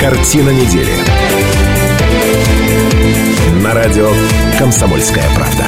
Картина недели. На радио «Комсомольская правда».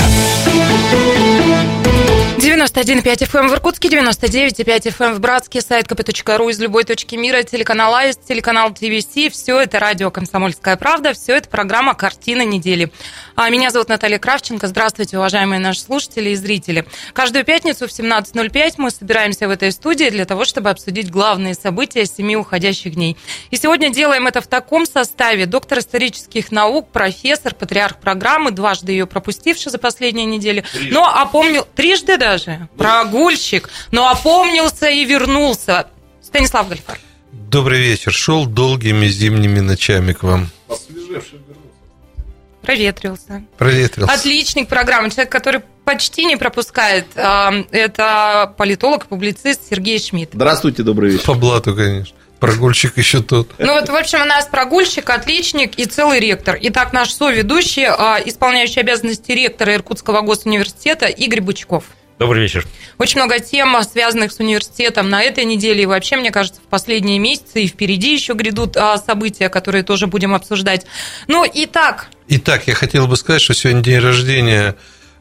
91,5 FM в Иркутске, 99,5 FM в Братске, сайт kp.ru из любой точки мира, телеканал АИС, телеканал ТВС. Все это радио «Комсомольская правда», все это программа «Картина недели». Меня зовут Наталья Кравченко. Здравствуйте, уважаемые наши слушатели и зрители. Каждую пятницу в 17:05 мы собираемся в этой студии для того, чтобы обсудить главные события 7 уходящих дней. И сегодня делаем это в таком составе. Доктор исторических наук, профессор, патриарх программы, дважды ее пропустивший за последние недели, но опомнил... Трижды даже? Прогульщик, но опомнился и вернулся. Станислав Гальфар. Добрый вечер. Шел долгими зимними ночами к вам. Освежевший Проветрился. Отличник программы, человек, который почти не пропускает. Это политолог и публицист Сергей Шмидт. Здравствуйте, добрый вечер. По блату, конечно. Прогульщик еще тот. Ну вот, в общем, у нас прогульщик, отличник и целый ректор. Итак, наш соведущий, исполняющий обязанности ректора Иркутского госуниверситета Игорь Бычков. Добрый вечер. Очень много тем, связанных с университетом на этой неделе. И вообще, мне кажется, в последние месяцы и впереди еще грядут события, которые тоже будем обсуждать. Ну, Итак, я хотел бы сказать, что сегодня день рождения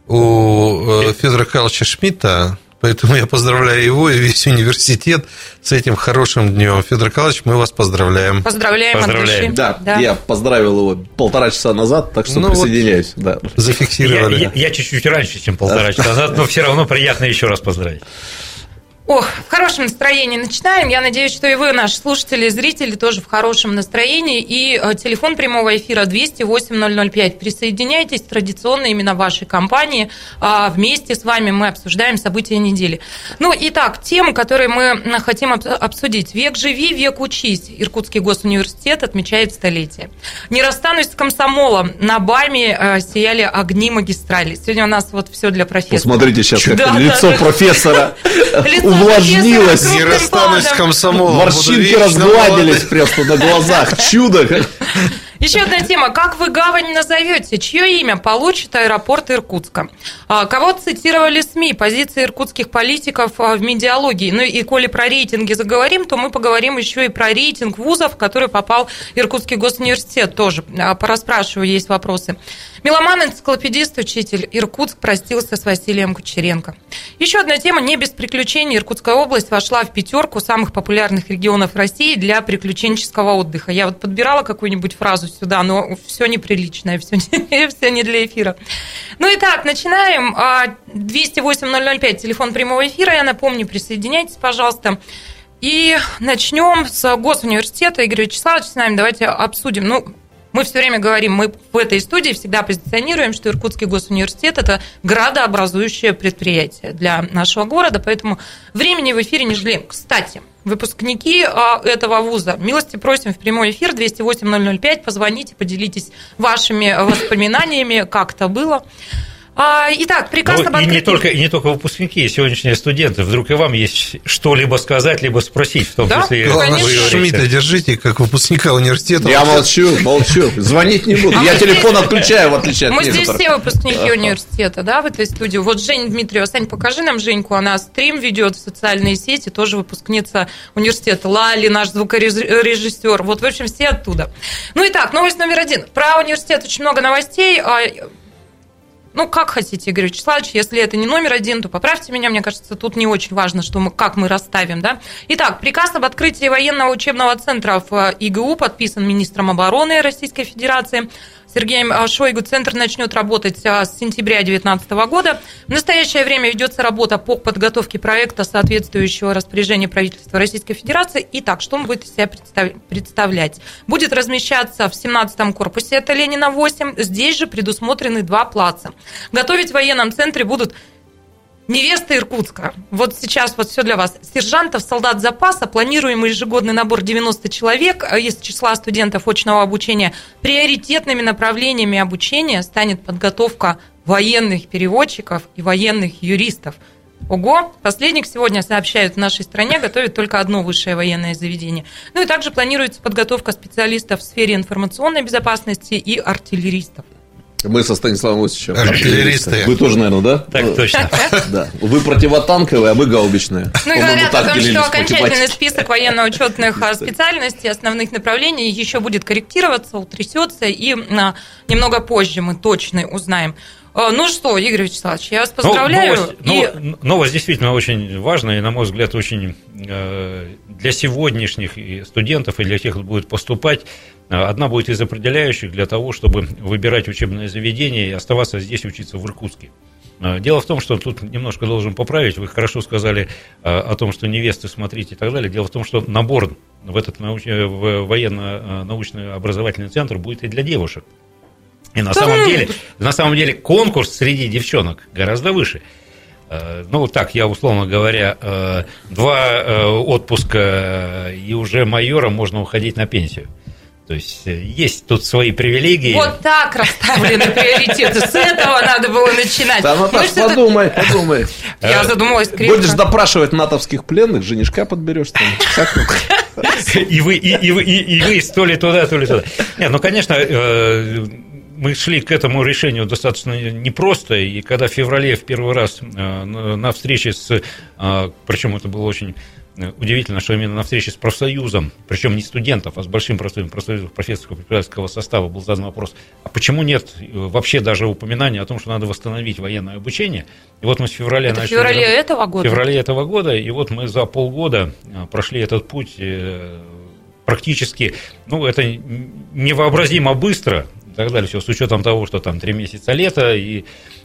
у Федора Карловича Шмидта, поэтому я поздравляю его и весь университет с этим хорошим днем. Федор Карлович, мы вас поздравляем. Поздравляем. От души. Да, я поздравил его 1,5 часа назад, так что присоединяюсь. Вот, да. Зафиксировали. Я чуть-чуть раньше, чем 1,5 часа назад, но все равно приятно еще раз поздравить. Ох, в хорошем настроении начинаем. Я надеюсь, что и вы, наши слушатели и зрители, тоже в хорошем настроении. И телефон прямого эфира 208-005. Присоединяйтесь, традиционно именно в вашей компании. Вместе с вами мы обсуждаем события недели. Ну, итак, темы, которые мы хотим обсудить. «Век живи, век учись». Иркутский госуниверситет отмечает столетие. «Не расстанусь с комсомолом». На БАМе сияли огни магистрали. Сегодня у нас вот все для профессора. Посмотрите сейчас, как лицо профессора увлажнилось. Не расстанусь с комсомолом. Морщинки разгладились просто на глазах. Чудо. Еще одна тема. Как вы гавань назовете? Чье имя получит аэропорт Иркутска? Кого цитировали СМИ? Позиции иркутских политиков в медиалогии. Ну и коли про рейтинги заговорим, то мы поговорим еще и про рейтинг вузов, в который попал Иркутский госуниверситет. Тоже порасспрашиваю, есть вопросы. Меломан, энциклопедист, учитель. Иркутск простился с Василием Кучеренко. Еще одна тема. Не без приключений. Иркутская область вошла в 5 самых популярных регионов России для приключенческого отдыха. Я вот подбирала какую-нибудь фразу сюда, но все неприличное, все не для эфира. Ну и так, начинаем. 208-005, телефон прямого эфира. Я напомню, присоединяйтесь, пожалуйста. И начнем с госуниверситета. Игорь Вячеславович, с нами давайте обсудим. Ну, мы все время говорим, мы в этой студии всегда позиционируем, что Иркутский госуниверситет – это градообразующее предприятие для нашего города, поэтому времени в эфире не жалеем. Кстати, выпускники этого вуза, милости просим в прямой эфир 208-005, позвоните, поделитесь вашими воспоминаниями, как это было. Итак, приказ об открытии... И не только выпускники, сегодняшние студенты. Вдруг и вам есть что-либо сказать, либо спросить, в том числе... Главное, Шмидта держите, как выпускника университета. Я молчу. Звонить не буду. Я телефон отключаю, в отличие от некоторых. Мы здесь все выпускники университета, да, в этой студии. Вот Женя Дмитриева. Сань, покажи нам Женьку, она стрим ведет в социальные сети, тоже выпускница университета. Лали, наш звукорежиссер. Вот, в общем, все оттуда. Ну, итак, новость номер 1. Про университет очень много новостей. Ну, как хотите, Игорь Вячеславович, если это не номер 1, то поправьте меня, мне кажется, тут не очень важно, как мы расставим, да. Итак, приказ об открытии военного учебного центра в ИГУ подписан министром обороны Российской Федерации Сергеем Шойгу. Центр начнет работать с сентября 2019 года. В настоящее время ведется работа по подготовке проекта соответствующего распоряжения правительства Российской Федерации. Итак, что он будет из себя представлять? Будет размещаться в 17-м корпусе, это Ленина 8. Здесь же предусмотрены 2 плаца. Готовить в военном центре будут невеста Иркутска. Вот сейчас вот все для вас. Сержантов, солдат запаса, планируемый ежегодный набор 90 человек из числа студентов очного обучения. Приоритетными направлениями обучения станет подготовка военных переводчиков и военных юристов. Ого! Последних сегодня, сообщают, в нашей стране готовит только одно высшее военное заведение. Ну и также планируется подготовка специалистов в сфере информационной безопасности и артиллеристов. Мы со Станиславом Осичем. Артиллеристы. Вы тоже, наверное, да? Так точно. Да. Вы противотанковые, а мы гаубичные. Ну и говорят о том, что окончательный список военно-учетных специальностей, основных направлений еще будет корректироваться, утрясется, и немного позже мы точно узнаем. Ну что, Игорь Вячеславович, я вас поздравляю. Новость действительно очень важная, и, на мой взгляд, очень для сегодняшних студентов и для тех, кто будет поступать, одна будет из определяющих для того, чтобы выбирать учебное заведение и оставаться здесь учиться в Иркутске. Дело в том, что тут немножко должен поправить, вы хорошо сказали о том, что невесты смотрите и так далее. Дело в том, что набор в этот военно-научный образовательный центр будет и для девушек. И на самом деле конкурс среди девчонок гораздо выше. Ну, так, я, условно говоря, 2 отпуска, и уже майором можно уходить на пенсию. То есть есть тут свои привилегии. Вот так расставлены приоритеты. С этого надо было начинать. Да, Наташ, подумай. Я задумалась крепко. Будешь допрашивать натовских пленных, женишка подберешь там. И вы то ли туда, то ли туда. Нет, ну, конечно, мы шли к этому решению достаточно непросто, и когда в феврале в первый раз на встрече причем это было очень удивительно, что именно на встрече с профсоюзом, причем не студентов, а с большим профсоюзом профессорского преподавательского состава был задан вопрос, а почему нет вообще даже упоминания о том, что надо восстановить военное обучение. И вот мы с февраля начали... В феврале этого года, и вот мы за полгода прошли этот путь практически, ну, это невообразимо быстро, и так далее, все с учетом того, что там 3 месяца лета, и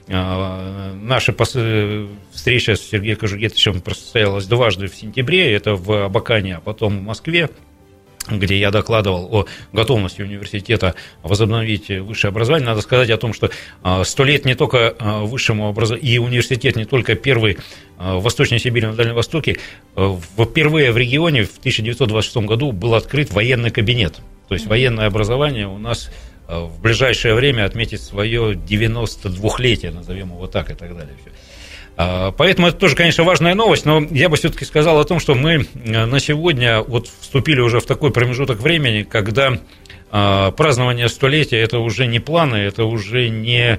наша встреча с Сергеем Кожугетовичем состоялась дважды в сентябре, это в Абакане, а потом в Москве, где я докладывал о готовности университета возобновить высшее образование. Надо сказать о том, что 100 лет не только высшему образованию, и университет не только первый в Восточной Сибири, на Дальнем Востоке, впервые в регионе в 1926 году был открыт военный кабинет. То есть военное образование у нас в ближайшее время отметит свое 92-летие, назовем его так, и так далее. Поэтому это тоже, конечно, важная новость, но я бы все-таки сказал о том, что мы на сегодня вот вступили уже в такой промежуток времени, когда празднование столетия – это уже не планы, это уже не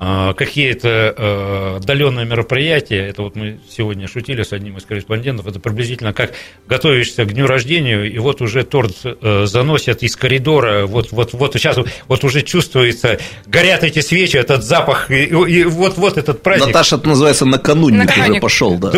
какие-то отдаленные мероприятия. Это вот мы сегодня шутили с одним из корреспондентов, это приблизительно как готовишься к дню рождения, и вот уже торт заносят из коридора, вот сейчас вот уже чувствуется, горят эти свечи, этот запах, и вот этот праздник. Наташа, это называется накануне уже пошел, да.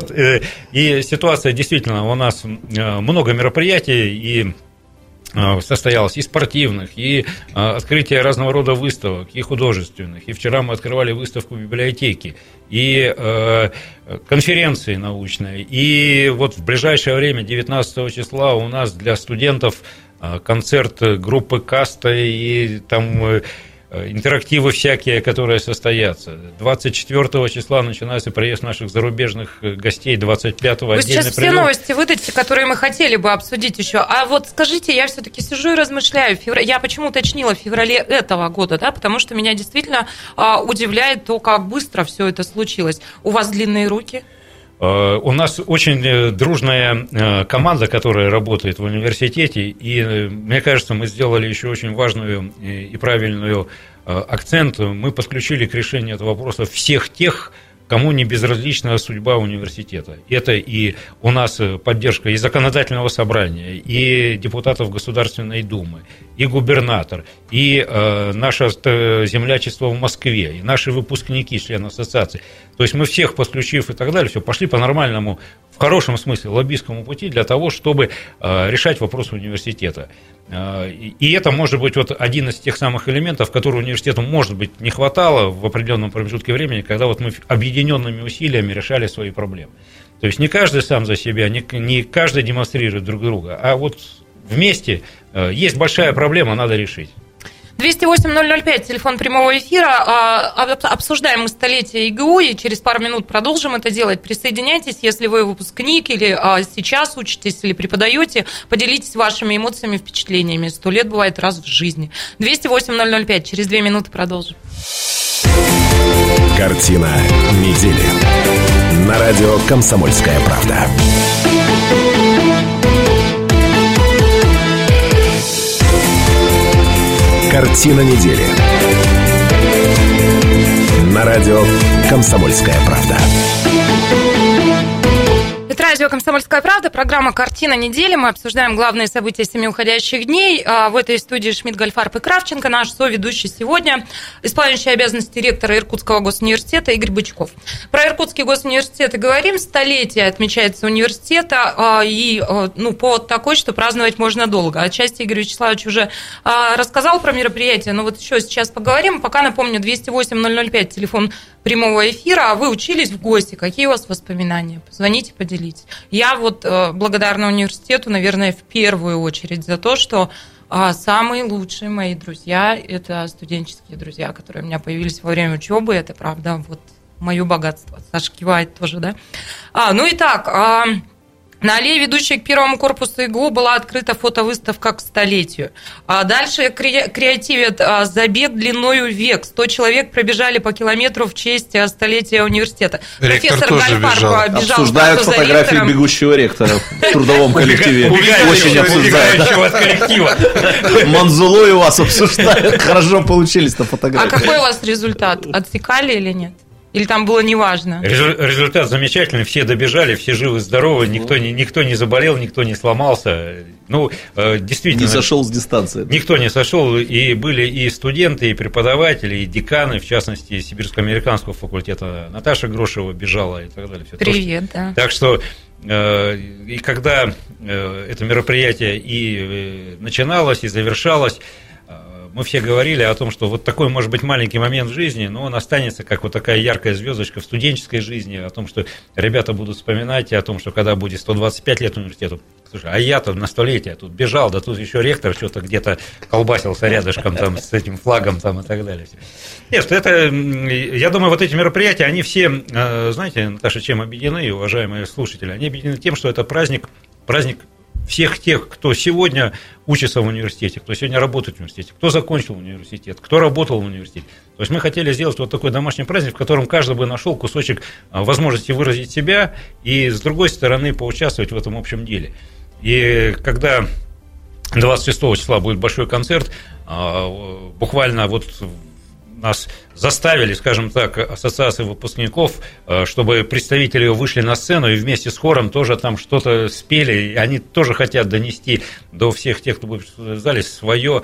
И ситуация действительно, у нас много мероприятий, и состоялось и спортивных, и открытие разного рода выставок, и художественных. И вчера мы открывали выставку в библиотеке, и конференции научные. И вот в ближайшее время, 19 числа, у нас для студентов концерт группы «Каста», и там интерактивы всякие, которые состоятся. 24 числа начинается приезд наших зарубежных гостей, 25-го Вы отдельный сейчас прием. все новости выдадите, которые мы хотели бы обсудить еще. А вот скажите, я все-таки сижу и размышляю. Я почему уточнила в феврале этого года, да, потому что меня действительно удивляет то, как быстро все это случилось. У вас длинные руки? У нас очень дружная команда, которая работает в университете, и мне кажется, мы сделали еще очень важную и правильную акцент. Мы подключили к решению этого вопроса всех тех, кому не безразлична судьба университета. Это и у нас поддержка и законодательного собрания, и депутатов Государственной Думы, и губернатор, и наше землячество в Москве, и наши выпускники, члены ассоциации. То есть мы всех подключив и так далее, все, пошли по нормальному, в хорошем смысле, лоббистскому пути для того, чтобы решать вопросы университета. И это может быть вот один из тех самых элементов, которые университету, может быть, не хватало в определенном промежутке времени, когда вот мы объединенными усилиями решали свои проблемы. То есть не каждый сам за себя, не каждый демонстрирует друг друга, а вот вместе есть большая проблема, надо решить. 208-005, телефон прямого эфира. Обсуждаем мы столетие ИГУ, и через пару минут продолжим это делать. Присоединяйтесь, если вы выпускник, или сейчас учитесь, или преподаете. Поделитесь вашими эмоциями, впечатлениями. 100 лет бывает раз в жизни. 208-005, через 2 минуты продолжим. Картина недели. На радио «Комсомольская правда». Картина недели. На радио «Комсомольская правда». Это радио «Комсомольская правда», программа «Картина недели». Мы обсуждаем главные события 7 уходящих дней. В этой студии Шмидт, Гольфарб и Кравченко. Наш соведущий сегодня исполняющий обязанности ректора Иркутского госуниверситета Игорь Бычков. Про Иркутский госуниверситет и говорим. Столетие отмечается университета. И повод такой, что праздновать можно долго. Отчасти Игорь Вячеславович уже рассказал про мероприятие, но вот еще сейчас поговорим. Пока напомню, 208-005, телефон прямого эфира. А вы учились в ГОСе? Какие у вас воспоминания? Позвоните, поделитесь. Я благодарна университету, наверное, в первую очередь за то, что самые лучшие мои друзья – это студенческие друзья, которые у меня появились во время учебы. Это, правда, мое богатство. Саша кивает тоже, да? На аллее, ведущей к первому корпусу ИГУ, была открыта фотовыставка к столетию. Дальше креативят забег длиною век. 100 человек пробежали по километру в честь столетия университета. Ректор Профессор тоже Гольфарб бежал. Обсуждают фотографии бегущего ректора в трудовом коллективе. Очень обсуждают. Манзулу и вас обсуждают. Хорошо получились на фотографии. А какой у вас результат? Отсекали или нет? Или там было неважно? Результат замечательный, все добежали, все живы-здоровы, никто не заболел, никто не сломался. Действительно. Не сошел с дистанции. Никто не сошел, и были и студенты, и преподаватели, и деканы, в частности, Сибирско-американского факультета Наташа Грошева бежала и так далее. Привет, да. Так что, и когда это мероприятие и начиналось, и завершалось, мы все говорили о том, что вот такой, может быть, маленький момент в жизни, но он останется как вот такая яркая звездочка в студенческой жизни, о том, что ребята будут вспоминать, и о том, что когда будет 125 лет университету, слушай, а я-то на столетие тут бежал, да тут еще ректор что-то где-то колбасился рядышком там, с этим флагом там, и так далее. Нет, я думаю, вот эти мероприятия, они все, знаете, Наташа, чем объединены, уважаемые слушатели, они объединены тем, что это праздник всех тех, кто сегодня учится в университете, кто сегодня работает в университете, кто закончил университет, кто работал в университете. То есть мы хотели сделать вот такой домашний праздник, в котором каждый бы нашел кусочек возможности выразить себя и, с другой стороны, поучаствовать в этом общем деле. И когда 26 числа будет большой концерт, буквально нас заставили, скажем так, ассоциации выпускников, чтобы представители вышли на сцену и вместе с хором тоже там что-то спели, и они тоже хотят донести до всех тех, кто будет в зале, свою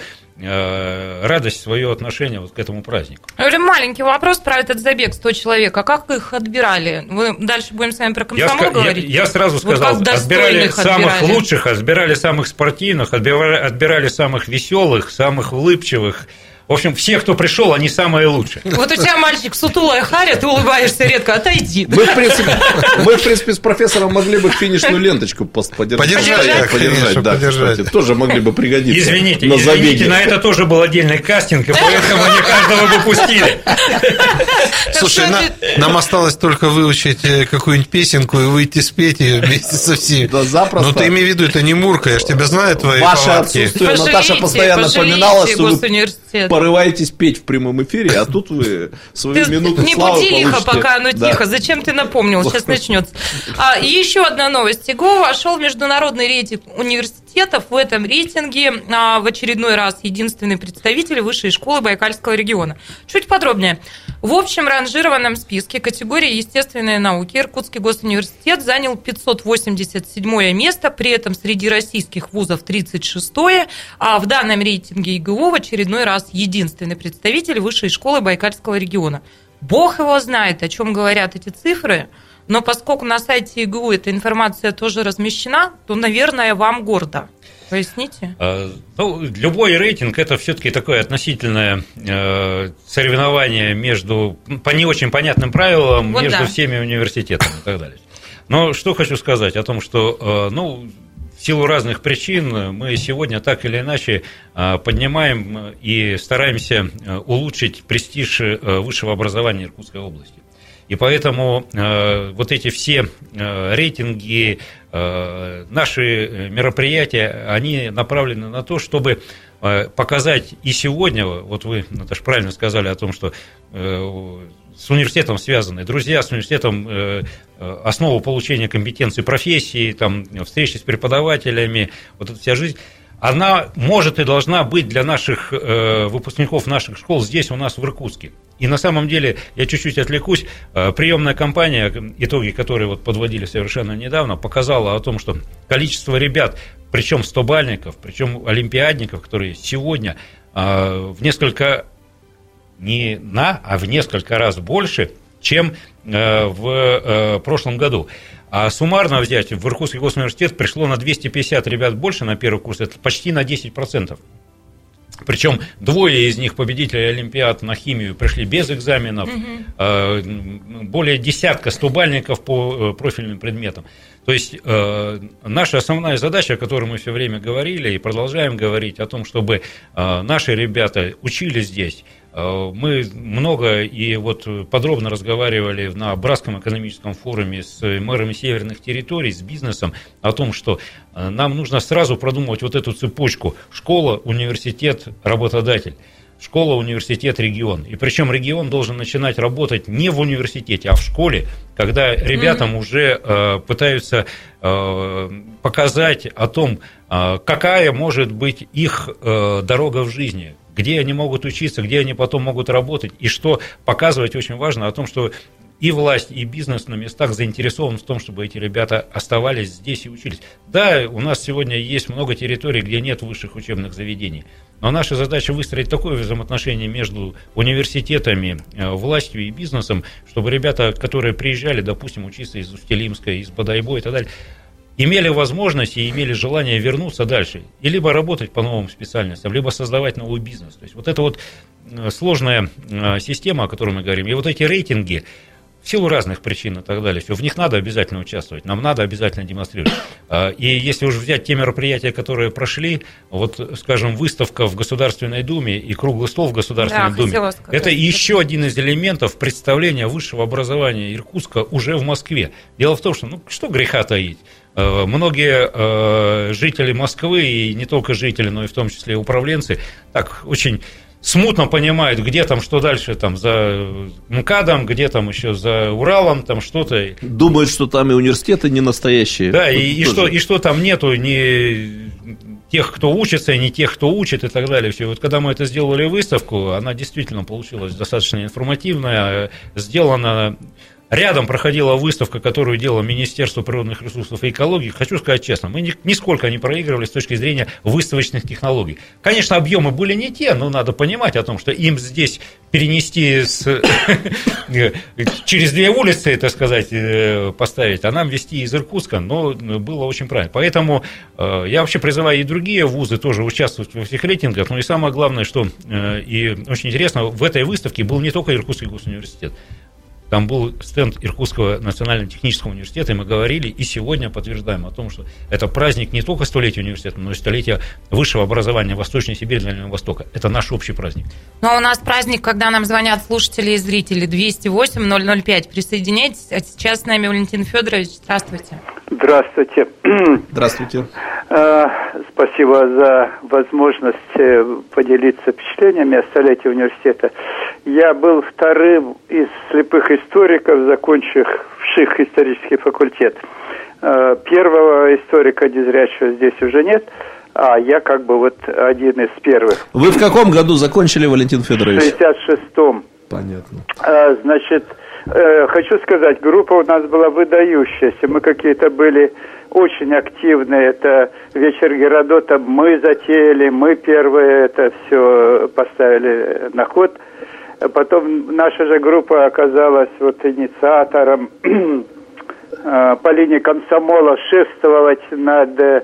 радость, свое отношение к этому празднику. Маленький вопрос про этот забег 100 человек. А как их отбирали? Мы дальше будем с вами про комсомол говорить? Я сразу сказал, отбирали самых лучших, отбирали самых спортивных, отбирали самых веселых, самых улыбчивых. В общем, все, кто пришел, они самые лучшие. Вот у тебя, мальчик, сутулая харя, ты улыбаешься редко, отойди. Мы, в принципе, с профессором могли бы финишную ленточку подержать. Да, кстати, тоже могли бы пригодиться. Извините, на это тоже был отдельный кастинг, и поэтому не каждого бы пустили. Слушай, нам осталось только выучить какую-нибудь песенку и выйти спеть ее вместе со всеми. Да, запросто. Но ты имей в виду, это не Мурка, я ж тебя знаю, твои повадки. Ваше отсутствие, Наташа постоянно напоминала, что вы порываетесь петь в прямом эфире, а тут вы свою минуту славы получите. Не будь тихо, пока оно тихо. Зачем ты напомнил? Сейчас начнется. И еще одна новость. ИГУ вошел в международный рейтинг университетов. В этом рейтинге в очередной раз единственный представитель высшей школы Байкальского региона. Чуть подробнее. В общем ранжированном списке категории естественные науки Иркутский госуниверситет занял 587 место, при этом среди российских вузов 36-е, а в данном рейтинге ИГУ в очередной раз единственный представитель высшей школы Байкальского региона. Бог его знает, о чем говорят эти цифры, но поскольку на сайте ИГУ эта информация тоже размещена, то, наверное, вам гордо. Поясните? Любой рейтинг – это все-таки такое относительное соревнование по не очень понятным правилам между всеми университетами и так далее. Но что хочу сказать о том, что в силу разных причин мы сегодня так или иначе поднимаем и стараемся улучшить престиж высшего образования Иркутской области. И поэтому вот эти все рейтинги, наши мероприятия, они направлены на то, чтобы показать и сегодня, вот вы, Наташа, правильно сказали о том, что с университетом связаны друзья, с университетом основу получения компетенции профессии, там, встречи с преподавателями, вот эта вся жизнь, она может и должна быть для наших выпускников наших школ здесь у нас в Иркутске. И на самом деле, я чуть-чуть отвлекусь, приемная кампания, итоги которой вот подводили совершенно недавно, показала о том, что количество ребят, причем 100-бальников, причем олимпиадников, которые сегодня в несколько, в несколько раз больше, чем в прошлом году. А суммарно взять, в Иркутский госуниверситет пришло на 250 ребят больше на первый курс, это почти на 10%. Причем двое из них, победителей олимпиад на химию, пришли без экзаменов, более десятка 100-бальников по профильным предметам. То есть наша основная задача, о которой мы все время говорили и продолжаем говорить, о том, чтобы наши ребята учились здесь. Мы много и вот подробно разговаривали на Братском экономическом форуме с мэрами северных территорий, с бизнесом, о том, что нам нужно сразу продумывать вот эту цепочку: школа, университет, работодатель. Школа, университет, регион. И причем регион должен начинать работать не в университете, а в школе, когда ребятам уже пытаются показать о том, какая может быть их дорога в жизни, где они могут учиться, где они потом могут работать, и что показывать очень важно о том, что и власть, и бизнес на местах заинтересован в том, чтобы эти ребята оставались здесь и учились. Да, у нас сегодня есть много территорий, где нет высших учебных заведений, но наша задача выстроить такое взаимоотношение между университетами, властью и бизнесом, чтобы ребята, которые приезжали, допустим, учиться из Усть-Илимска, из Бодайбо и так далее, имели возможность и имели желание вернуться дальше, и либо работать по новым специальностям, либо создавать новый бизнес. То есть вот эта вот сложная система, о которой мы говорим, и вот эти рейтинги, в силу разных причин и так далее, в них надо обязательно участвовать, нам надо обязательно демонстрировать. И если уж взять те мероприятия, которые прошли, вот, скажем, выставка в Государственной Думе и круглый стол в Государственной Думе, это еще один из элементов представления высшего образования Иркутска уже в Москве. Дело в том, что, что греха таить, многие жители Москвы, и не только жители, но и в том числе управленцы, так очень смутно понимают, где там, что дальше, там, за МКАДом, где там еще за Уралом, там что-то. Думают, что там и университеты не настоящие. Да, и что там нету ни тех, кто учится, ни тех, кто учит и так далее. Все. Вот когда мы это сделали выставку, она действительно получилась достаточно информативная, сделана. Рядом проходила выставка, которую делало Министерство природных ресурсов и экологии. Хочу сказать честно, мы нисколько не проигрывали с точки зрения выставочных технологий. Конечно, объемы были не те, но надо понимать о том, что им здесь перенести через 2 улицы, так сказать, поставить, а нам везти из Иркутска, но было очень правильно. Поэтому я вообще призываю и другие вузы тоже участвовать во всех рейтингах. Но и самое главное, что и очень интересно, в этой выставке был не только Иркутский госуниверситет. Там был стенд Иркутского национального технического университета, и мы говорили, и сегодня подтверждаем о том, что это праздник не только столетия университета, но и столетия высшего образования Восточной Сибири и Дальнего Востока. Это наш общий праздник. Ну, а у нас праздник, когда нам звонят слушатели и зрители. 208-005. Присоединяйтесь. А сейчас с нами Валентин Федорович. Здравствуйте. Здравствуйте. Здравствуйте. Спасибо за возможность поделиться впечатлениями о столетии университета. Я был вторым из слепых историков, закончивших исторический факультет. Первого историка незрячего здесь уже нет, а я как бы вот один из первых. Вы в каком году закончили, Валентин Федорович? В 66-м. Понятно. Значит, хочу сказать, группа у нас была выдающаяся. Мы какие-то были очень активные. Это вечер Геродота мы затеяли, мы первые это все поставили на ход. Потом наша же группа оказалась вот инициатором по линии комсомола шествовать над,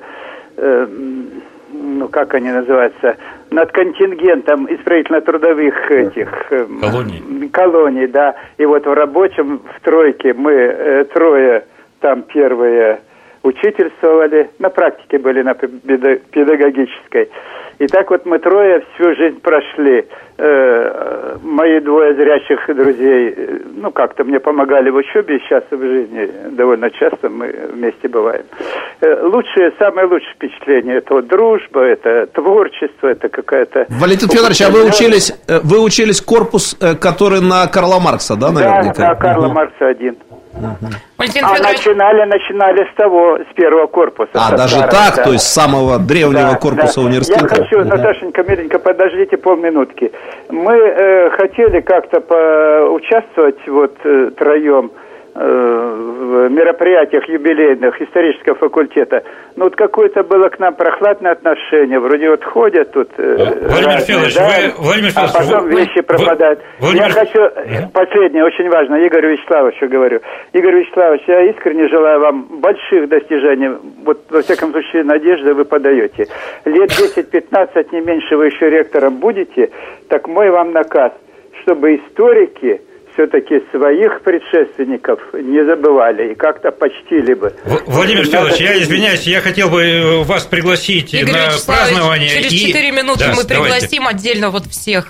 как они называются, над контингентом исправительно-трудовых этих колоний, да. И вот в рабочем, в тройке мы трое там первые учительствовали, на практике были на педагогической. И так вот мы трое всю жизнь прошли. Мои 2 зрячих друзей, как-то мне помогали в учебе, сейчас в жизни довольно часто мы вместе бываем. Самое лучшее впечатление – это вот дружба, это творчество, это какая-то... Валентин Федорович, а вы учились корпус, который на Карла Маркса, да, наверняка? Да, на Карла Маркса 1. Начинали с того, с первого корпуса. Даже старого, так? Да. То есть с самого древнего корпуса университета? Я хочу, Наташенька, миленько, подождите полминутки. Мы хотели как-то поучаствовать троем в мероприятиях юбилейных исторического факультета. Но вот какое-то было к нам прохладное отношение. Вроде ходят тут Владимир Федорович, а потом вещи пропадают. Я хочу, последнее, очень важно, Игорю Вячеславовичу говорю. Игорь Вячеславович, я искренне желаю вам больших достижений. Во всяком случае, надежды вы подаете. Лет 10-15, не меньше вы еще ректором будете. Так мой вам наказ, чтобы историки все-таки своих предшественников не забывали и как-то почтили бы. Владимир Федорович, я извиняюсь, я хотел бы вас пригласить Игорь на празднование. Через 4 минуты мы пригласим отдельно всех.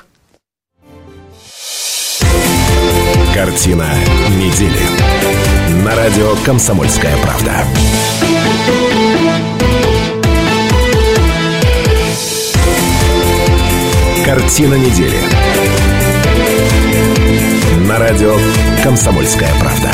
Картина недели. На радио «Комсомольская правда». Картина недели. На радио «Комсомольская правда».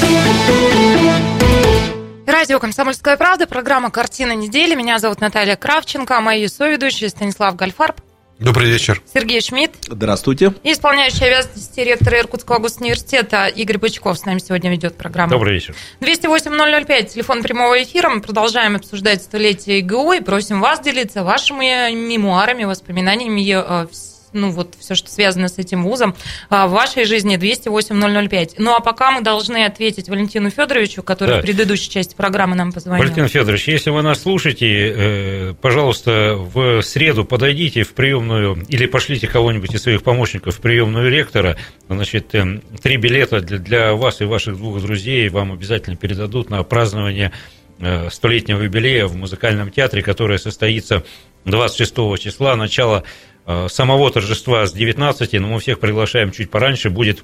Радио «Комсомольская правда», программа «Картина недели». Меня зовут Наталья Кравченко, а мои соведущие Станислав Гальфарб. Добрый вечер. Сергей Шмидт. Здравствуйте. И исполняющий обязанности ректора Иркутского госуниверситета Игорь Бычков с нами сегодня ведет программу. Добрый вечер. 208-005, телефон прямого эфира. Мы продолжаем обсуждать столетие ИГУ и просим вас делиться вашими мемуарами, воспоминаниями, все, что связано с этим вузом в вашей жизни. 208-005. Ну, а пока мы должны ответить Валентину Федоровичу, который в предыдущей части программы нам позвонил. Валентин Федорович, если вы нас слушаете, пожалуйста, в среду подойдите в приемную или пошлите кого-нибудь из своих помощников в приемную ректора. Значит, 3 билета для вас и ваших 2 друзей вам обязательно передадут на празднование 100-летнего юбилея в музыкальном театре, которое состоится 26 числа, начало самого торжества с 19, но мы всех приглашаем чуть пораньше. Будет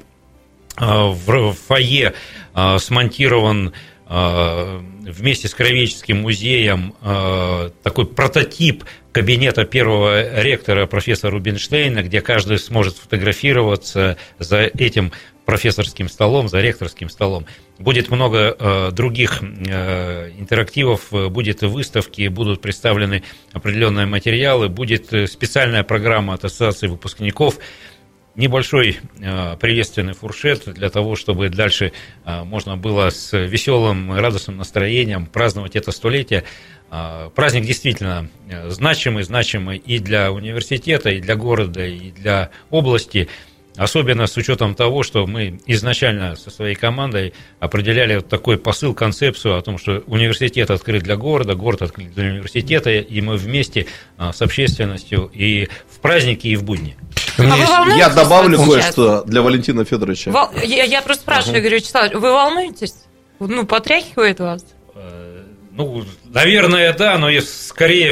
в фойе смонтирован вместе с Краеведческим музеем такой прототип кабинета первого ректора профессора Рубинштейна, где каждый сможет сфотографироваться за этим профессорским столом, за ректорским столом. Будет много других интерактивов, будет выставки, будут представлены определенные материалы, будет специальная программа от Ассоциации выпускников, небольшой приветственный фуршет для того, чтобы дальше можно было с веселым, радостным настроением праздновать это 100-летие. Праздник действительно значимый и для университета, и для города, и для области. Особенно с учетом того, что мы изначально со своей командой определяли такой посыл, концепцию о том, что университет открыт для города, город открыт для университета, и мы вместе с общественностью и в праздники, и в будни. Я добавлю кое-что для Валентина Федоровича. Я просто спрашиваю, Игорь Вячеславович, вы волнуетесь? Потряхивает вас? Наверное, да, но скорее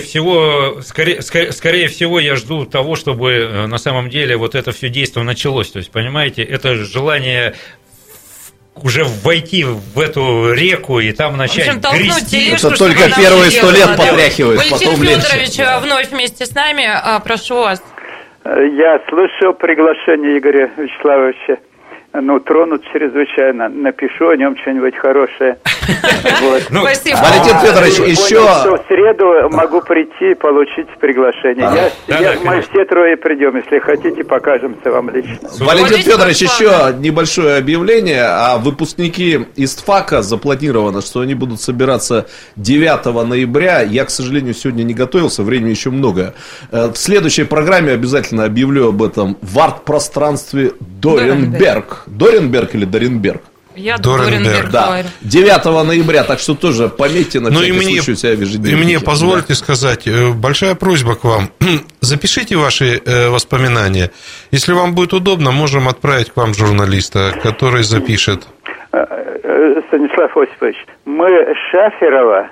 всего я жду того, чтобы на самом деле вот это все действие началось. То есть, понимаете, это желание уже войти в эту реку и там начать грести. Это только первые 100 лет потряхивает, потом Валентин Федорович вновь вместе с нами. Прошу вас. Я слышал приглашение Игоря Вячеславовича. Тронут чрезвычайно. Напишу о нем что-нибудь хорошее. Спасибо. Валентин Федорович, еще... В среду могу прийти и получить приглашение. Мы все 3 придем. Если хотите, покажемся вам лично. Валентин Федорович, еще небольшое объявление. А выпускники ИСТФАКа запланировано, что они будут собираться 9 ноября. Я, к сожалению, сегодня не готовился, времени еще много. В следующей программе обязательно объявлю об этом в арт-пространстве Доренберг. Доренберг или Доренберг? Я Доренберг говорю. 9 ноября, так что тоже пометьте на всякий случай у себя в ежедневнике. И мне позвольте сказать, большая просьба к вам. Запишите ваши воспоминания. Если вам будет удобно, можем отправить к вам журналиста, который запишет. Станислав Осипович, мы Шаферова,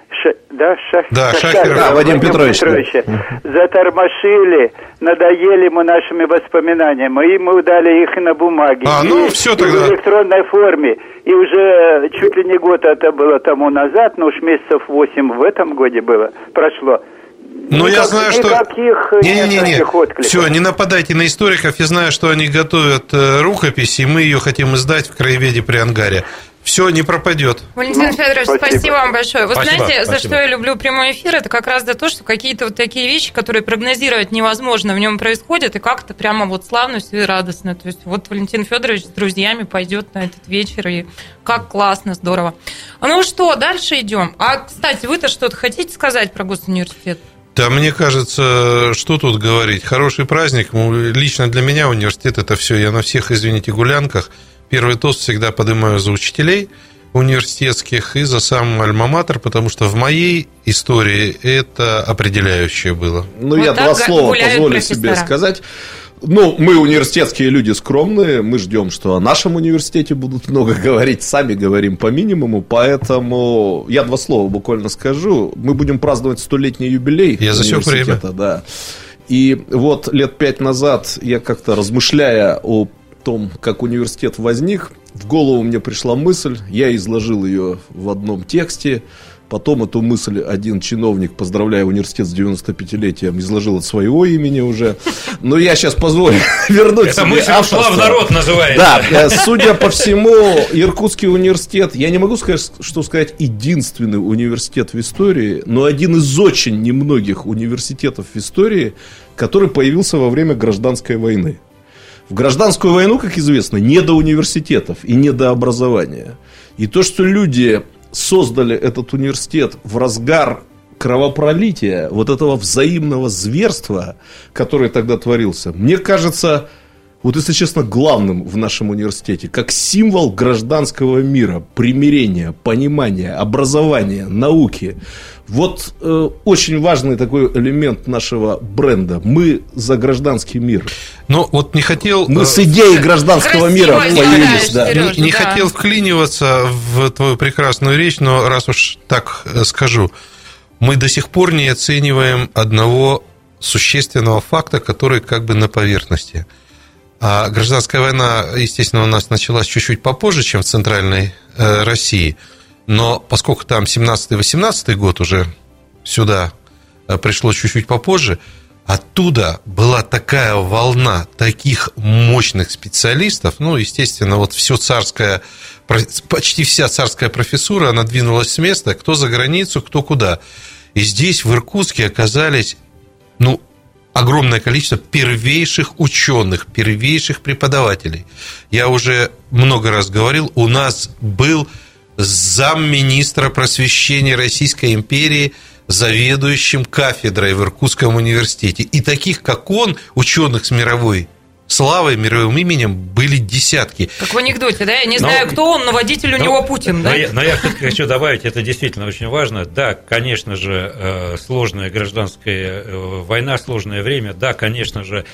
Вадим Петрович, затормошили, надоели мы нашими воспоминаниями, и мы дали их и на бумаге, все тогда. в электронной форме, и уже чуть ли не год это было тому назад, но уж месяцев 8 в этом году прошло. Я знаю, что... Не-не-не, все, не нападайте на историков. Я знаю, что они готовят рукопись, и мы ее хотим издать в Краеведе при Ангаре. Все не пропадет. Валентин Федорович, спасибо вам большое. Вы знаете, спасибо. За что я люблю прямой эфир, это как раз за то, что какие-то вот такие вещи, которые прогнозировать невозможно, в нем происходят, и как-то прямо вот славно все и радостно. То есть вот Валентин Федорович с друзьями пойдет на этот вечер, и как классно, здорово. Ну что, дальше идем. А, кстати, вы-то что-то хотите сказать про госуниверситет? Да, мне кажется, что тут говорить. Хороший праздник. Лично для меня университет – это все. Я на всех, извините, гулянках первый тост всегда поднимаю за учителей университетских и за сам альма-матер, потому что в моей истории это определяющее было. Ну, вот я два слова позволю себе сказать. Ну, мы университетские люди скромные, мы ждем, что о нашем университете будут много говорить, сами говорим по минимуму, поэтому я два слова буквально скажу. Мы будем праздновать 100-летний юбилей университета. Да. И вот лет 5 назад я как-то, размышляя о том, как университет возник, в голову мне пришла мысль, я изложил ее в одном тексте. Потом эту мысль один чиновник, поздравляя университет с 95-летием, изложил от своего имени уже. Но я сейчас позволю вернуть эта мысль ушла в народ, называется. Да, судя по всему, Иркутский университет, я не могу сказать, что сказать единственный университет в истории, но один из очень немногих университетов в истории, который появился во время гражданской войны. В гражданскую войну, как известно, не до университетов и не до образования. И то, что люди создали этот университет в разгар кровопролития, вот этого взаимного зверства, которое тогда творился, мне кажется, вот если честно, главным в нашем университете, как символ гражданского мира, примирения, понимания, образования, науки. Вот очень важный такой элемент нашего бренда. Мы за гражданский мир. Но вот не хотел... Мы с идеей гражданского мира появились. Да. Не хотел вклиниваться в твою прекрасную речь, но раз уж так скажу, мы до сих пор не оцениваем одного существенного факта, который как бы на поверхности. А гражданская война, естественно, у нас началась чуть-чуть попозже, чем в Центральной России. Но поскольку там 17-18 год уже сюда пришло чуть-чуть попозже, оттуда была такая волна таких мощных специалистов, ну, естественно, вот все царское, почти вся царская профессура, она двинулась с места, кто за границу, кто куда. И здесь, в Иркутске, оказались, ну, огромное количество первейших ученых, первейших преподавателей. Я уже много раз говорил, у нас был замминистра просвещения Российской империи, заведующим кафедрой в Иркутском университете. И таких, как он, ученых с мировой славой, мировым именем, были десятки. Как в анекдоте, да? Я не знаю, кто он, но водитель у него Путин, да? Но я хочу добавить, это действительно очень важно. Да, конечно же, сложная гражданская война, сложное время. Да, конечно же,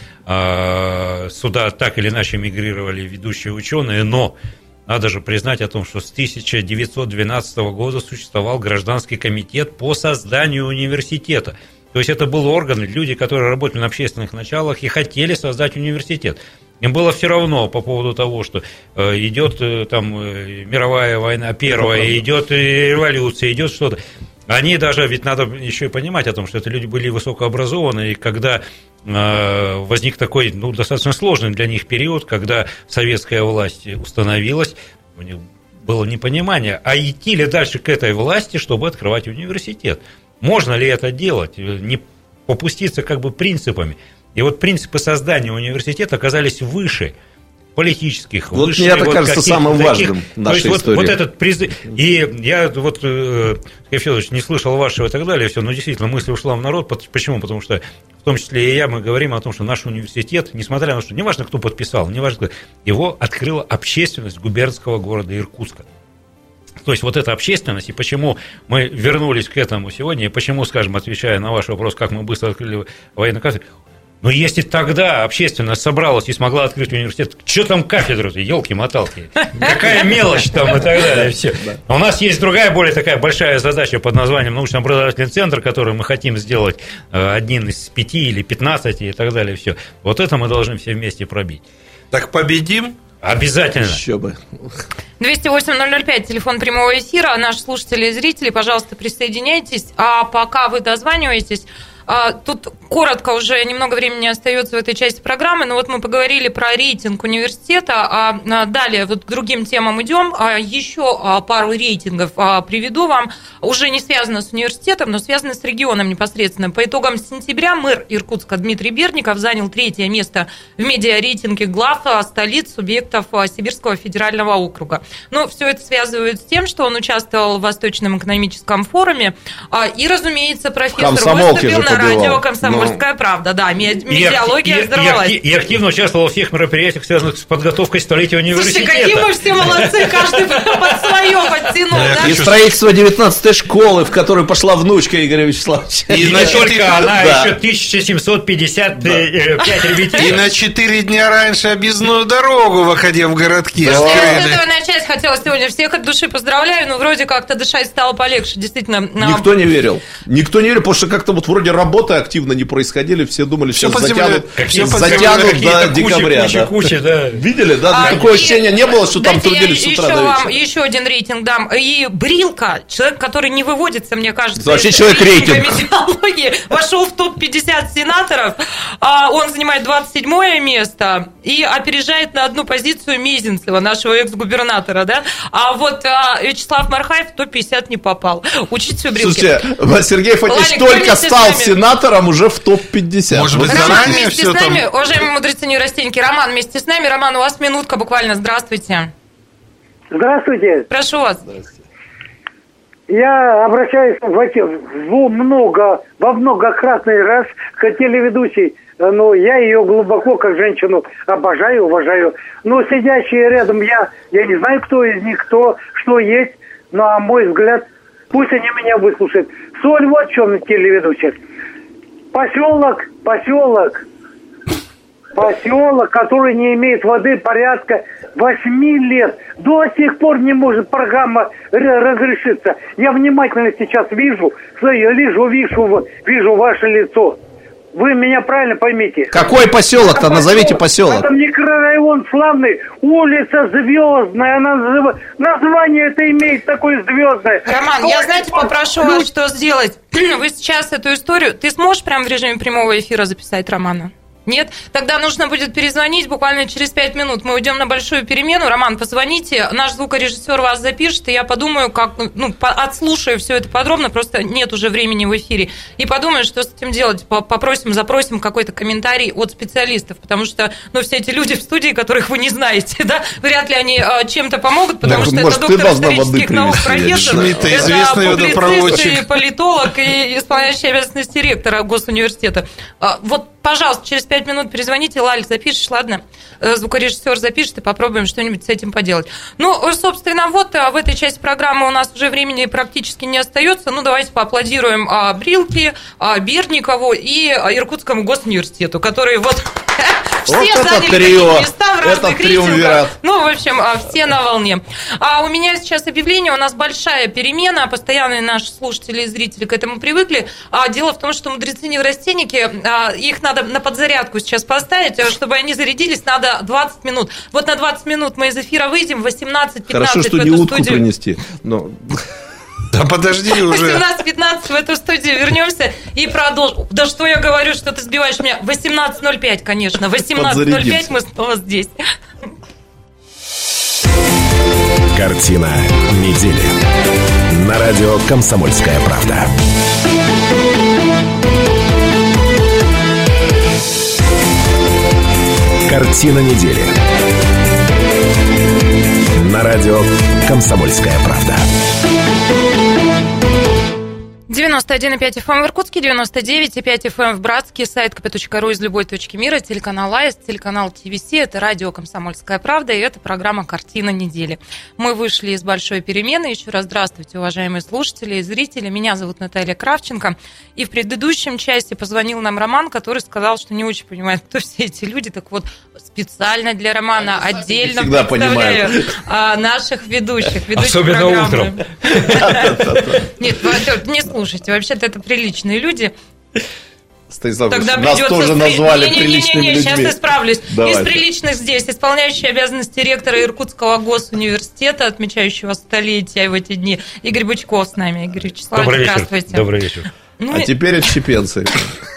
сюда так или иначе мигрировали ведущие ученые, но надо же признать о том, что с 1912 года существовал гражданский комитет по созданию университета. То есть это был орган, люди, которые работали на общественных началах и хотели создать университет. Им было все равно по поводу того, что идет там мировая война, первая, идет революция, идет что-то. Они даже, ведь надо еще и понимать о том, что это люди были высокообразованы, и когда возник такой, ну, достаточно сложный для них период, когда советская власть установилась, у них было непонимание, а идти ли дальше к этой власти, чтобы открывать университет. Можно ли это делать, не попуститься как бы принципами. И вот принципы создания университета оказались выше политических, вот выше... мне это кажется самым важным в нашей истории. Вот этот призыв... И я вот, Сергей Федорович, не слышал вашего и так далее, все, но действительно мысль ушла в народ. Почему? Потому что в том числе и я, мы говорим о том, что наш университет, несмотря на то, что неважно, кто подписал, неважно, его открыла общественность губернского города Иркутска. То есть вот эта общественность, и почему мы вернулись к этому сегодня, и почему, скажем, отвечая на ваш вопрос, как мы быстро открыли военную кафедру, но если тогда общественность собралась и смогла открыть университет, что там кафедру-то, елки-моталки, какая мелочь там и так далее, все. У нас есть другая, более такая большая задача под названием научно-образовательный центр, который мы хотим сделать один из 5 или 15 и так далее, все. Вот это мы должны все вместе пробить. Так победим? Обязательно. Еще бы. 208-005, телефон прямого эфира. Наши слушатели и зрители, пожалуйста, присоединяйтесь. А пока вы дозваниваетесь, Тут коротко уже немного времени остается в этой части программы, но вот мы поговорили про рейтинг университета, а далее вот к другим темам идем. Еще пару рейтингов приведу вам, уже не связано с университетом, но связано с регионом непосредственно. По итогам сентября мэр Иркутска Дмитрий Берников занял 3-е место в медиарейтинге глав столиц субъектов Сибирского федерального округа. Но все это связывают с тем, что он участвовал в Восточном экономическом форуме и, разумеется, профессор выступил на радио «Комсомольская правда». Да, медиалогия взорвалась. И активно участвовал во всех мероприятиях, связанных с подготовкой столетия университета. Слушай, какие мы все молодцы, каждый под свое подтянул. И строительство 19-й школы, в которую пошла внучка Игоря Вячеславовича. И не только она, еще 1755 ребятей. И на 4 дня раньше объездную дорогу в Оходе в городке. Я с этого начать хотела сегодня. Всех от души поздравляю, но вроде как-то дышать стало полегче, действительно. Никто не верил. Никто не верил, потому что как-то вот вроде работы активно не происходили, все думали, что затянут до декабря. Куча, да. Видели, да? Такое ощущение не было, что там трудились с утра до вечера. Еще один рейтинг дам. И Брилка, человек, который не выводится, мне кажется. Это вообще человек рейтинг. Вошел в топ-50 сенаторов. Он занимает 27-е место и опережает на одну позицию Мезенцева, нашего экс-губернатора, да? А вот Вячеслав Мархаев в топ-50 не попал. Учиться у Брилки. Слушайте, Сергей Фатьевич только стал сенатором уже в топ-50. Может быть, Роман заранее вместе все с нами, там... уважаемые мудрецы-неврастенники, Роман вместе с нами. Роман, у вас минутка буквально. Здравствуйте. Здравствуйте. Прошу вас. Я обращаюсь во многократный раз к телеведущей, но я ее глубоко как женщину обожаю, уважаю. Но сидящие рядом, я не знаю, кто из них, кто, что есть, но, на мой взгляд, пусть они меня выслушают. Соль вот в чем телеведущих. Поселок, который не имеет воды порядка 8 лет. До сих пор не может программа разрешиться. Я внимательно сейчас вижу ваше лицо. Вы меня правильно поймите. Какой поселок-то? Назовите поселок. Это микрорайон славный, улица Звездная. Название это имеет такое звездное. Роман, я, знаете, попрошу вас, что сделать. Вы сейчас эту историю... Ты сможешь прямо в режиме прямого эфира записать, Романа? Нет? Тогда нужно будет перезвонить буквально через 5 минут. Мы уйдем на большую перемену. Роман, позвоните, наш звукорежиссер вас запишет, и я подумаю, как, отслушаю все это подробно, просто нет уже времени в эфире, и подумаю, что с этим делать. Запросим какой-то комментарий от специалистов, потому что, все эти люди в студии, которых вы не знаете, да, вряд ли они чем-то помогут, потому что это доктор исторических наук, профессор, это публицист и политолог, и исполняющий обязанности ректора Госуниверситета. Вот, пожалуйста, через 5 минут перезвоните, Лаль, запишешь, ладно? Звукорежиссер запишет, и попробуем что-нибудь с этим поделать. Собственно, вот в этой части программы у нас уже времени практически не остается. Давайте поаплодируем Брилке, Берникову и Иркутскому госуниверситету, которые вот все заняли такие места в разных рейтингах. В общем, все на волне. У меня сейчас объявление, у нас большая перемена, постоянные наши слушатели и зрители к этому привыкли. Дело в том, что мудрецы-неврастенники, их надо на подзарядку сейчас поставить, чтобы они зарядились, надо 20 минут. Вот на 20 минут мы из эфира выйдем, 18-15 Хорошо, что не утку принести, но... Да подожди уже. 18-15 в эту студию вернемся и продолжим. Да что я говорю, что ты сбиваешь меня? 18:05, конечно. 18:05 мы снова здесь. Картина недели. На радио «Комсомольская правда». Картина недели. На радио «Комсомольская правда». 91,5 FM в Иркутске, 99,5 FM в Братске, сайт kp.ru из любой точки мира, телеканал АИС, телеканал ТВС, это радио «Комсомольская правда», и это программа «Картина недели». Мы вышли из большой перемены. Еще раз здравствуйте, уважаемые слушатели и зрители. Меня зовут Наталья Кравченко. И в предыдущем части позвонил нам Роман, который сказал, что не очень понимает, кто все эти люди. Так вот, специально для Романа отдельно представляю наших ведущих особенно программы. Утром. Нет, не слушайте, вообще-то это приличные люди. Станислав, тогда нас тоже назвали приличными людьми. Сейчас исправлюсь. Давайте. Из приличных здесь исполняющий обязанности ректора Иркутского госуниверситета, отмечающего столетие в эти дни, Игорь Бычков с нами. Игорь Вячеславович, здравствуйте. Добрый вечер. А теперь отщепенцы.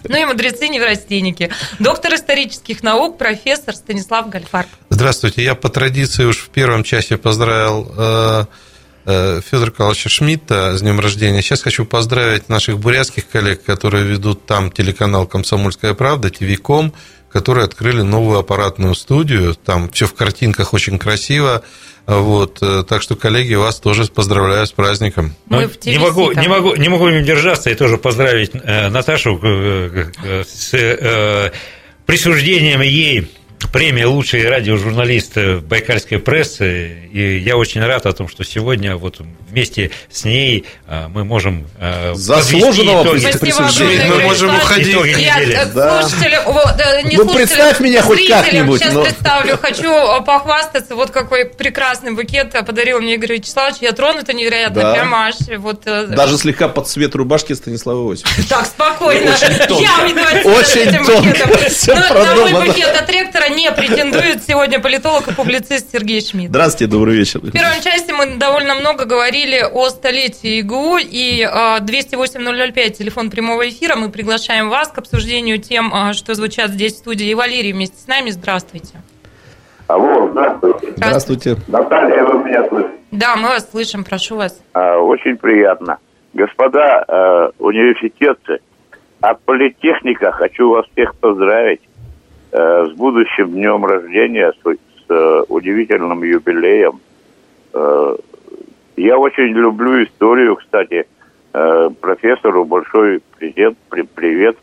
Ну и мудрецы-неврастенники. Доктор исторических наук, профессор Станислав Гальфарб. Здравствуйте. Я по традиции уж в первом часе поздравил Федора Карловича Шмидта с днем рождения. Сейчас хочу поздравить наших бурятских коллег, которые ведут там телеканал «Комсомольская правда», ТВ.ком, которые открыли новую аппаратную студию. Там все в картинках очень красиво. Вот. Так что, коллеги, вас тоже поздравляю с праздником. Не могу не держаться и тоже поздравить Наташу с присуждением ей премия «Лучший радиожурналист байкальской прессы». И я очень рад о том, что сегодня вот вместе с ней мы можем заслуженного присуждения. Мы можем уходить. Ну, представь меня хоть как-нибудь. Сейчас представлю. Хочу похвастаться. Вот какой прекрасный букет подарил мне Игорь Вячеславович. Я тронута невероятно. Да. Прямо аж. Вот... Даже слегка под цвет рубашки Станислава Иосифовича. Так, спокойно. Очень тонко. На мой букет от ректора не претендует сегодня политолог и публицист Сергей Шмидт. Здравствуйте, добрый вечер. В первом части мы довольно много говорили о столетии ИГУ, и 208-005, телефон прямого эфира, мы приглашаем вас к обсуждению тем, что звучат здесь в студии. И Валерий вместе с нами, здравствуйте. Алло, здравствуйте. Здравствуйте. Наталья, вы меня слышите? Да, мы вас слышим, прошу вас. Очень приятно. Господа университетцы, от политехника хочу вас всех поздравить с будущим днем рождения, с удивительным юбилеем. Я очень люблю историю, кстати. Профессору большой привет.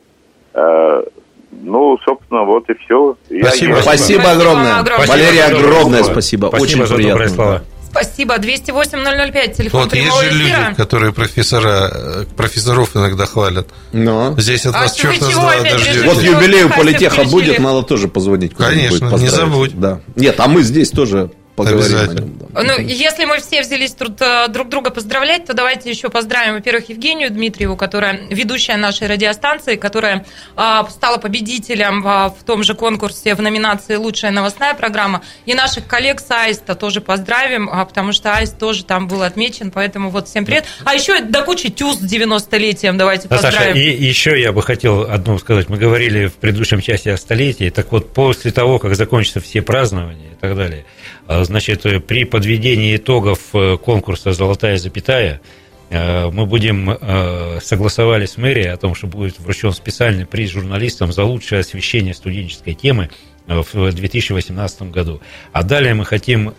Ну, собственно, вот и все. Спасибо огромное. Валерий, огромное спасибо. Очень приятно. Добрые слова. Спасибо. 208-005, телефон вот прямого есть же эфира. люди, которые профессоров иногда хвалят. Но. Здесь от вас черт с два дождётесь. Вот юбилей у политеха будет, надо тоже позвонить. Конечно, не забудь. Да. Нет, а мы здесь тоже поговорим о нем. Да. Ну, если мы все взялись тут друг друга поздравлять, то давайте еще поздравим, во-первых, Евгению Дмитриеву, которая ведущая нашей радиостанции, которая стала победителем в том же конкурсе в номинации «Лучшая новостная программа». И наших коллег с Аиста тоже поздравим, потому что Аист тоже там был отмечен, поэтому вот всем привет. А еще до кучи ТЮЗ с 90-летием давайте поздравим. Наташа, и еще я бы хотел одно сказать. Мы говорили в предыдущем часе о столетии. Так вот, после того, как закончатся все празднования и так далее, значит, при подведении итогов конкурса «Золотая запятая» мы будем согласовали с мэрией о том, что будет вручен специальный приз журналистам за лучшее освещение студенческой темы в 2018 году. А далее мы хотим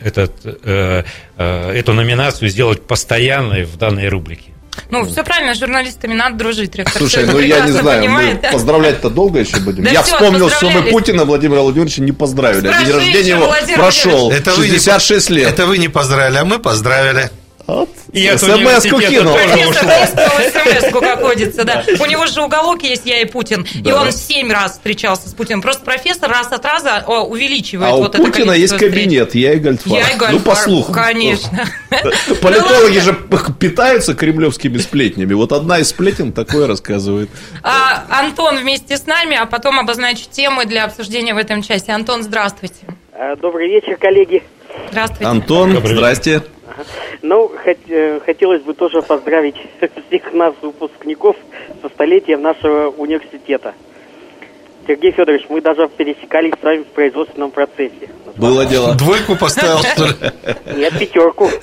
эту номинацию сделать постоянной в данной рубрике. Ну, все правильно, с журналистами надо дружить. Слушай, ну я не знаю, мы поздравлять-то долго еще будем. Я вспомнил, что мы Путина Владимира Владимировича не поздравили. А день рождения его прошел 66 лет. Это вы не поздравили, а мы поздравили. Вот. СМС-ку кинул. СМС-ку, как водится, да. У него же уголок есть «Я и Путин», и он 7 раз встречался с Путиным. Просто профессор раз от раза увеличивает вот это количество. А у Путина есть кабинет «Я и Гольдфарб». Ну, по слуху. Конечно. Политологи же питаются кремлевскими сплетнями. Вот одна из сплетен такое рассказывает. Антон вместе с нами, а потом обозначу темы для обсуждения в этом часе. Антон, здравствуйте. Добрый вечер, коллеги. Здравствуйте. Антон, здрасте. Ну, хотелось бы тоже поздравить всех нас, выпускников, со столетием нашего университета. Сергей Федорович, мы даже пересекались с вами в производственном процессе. Было дело. Двойку поставил, что ли? Нет, 5.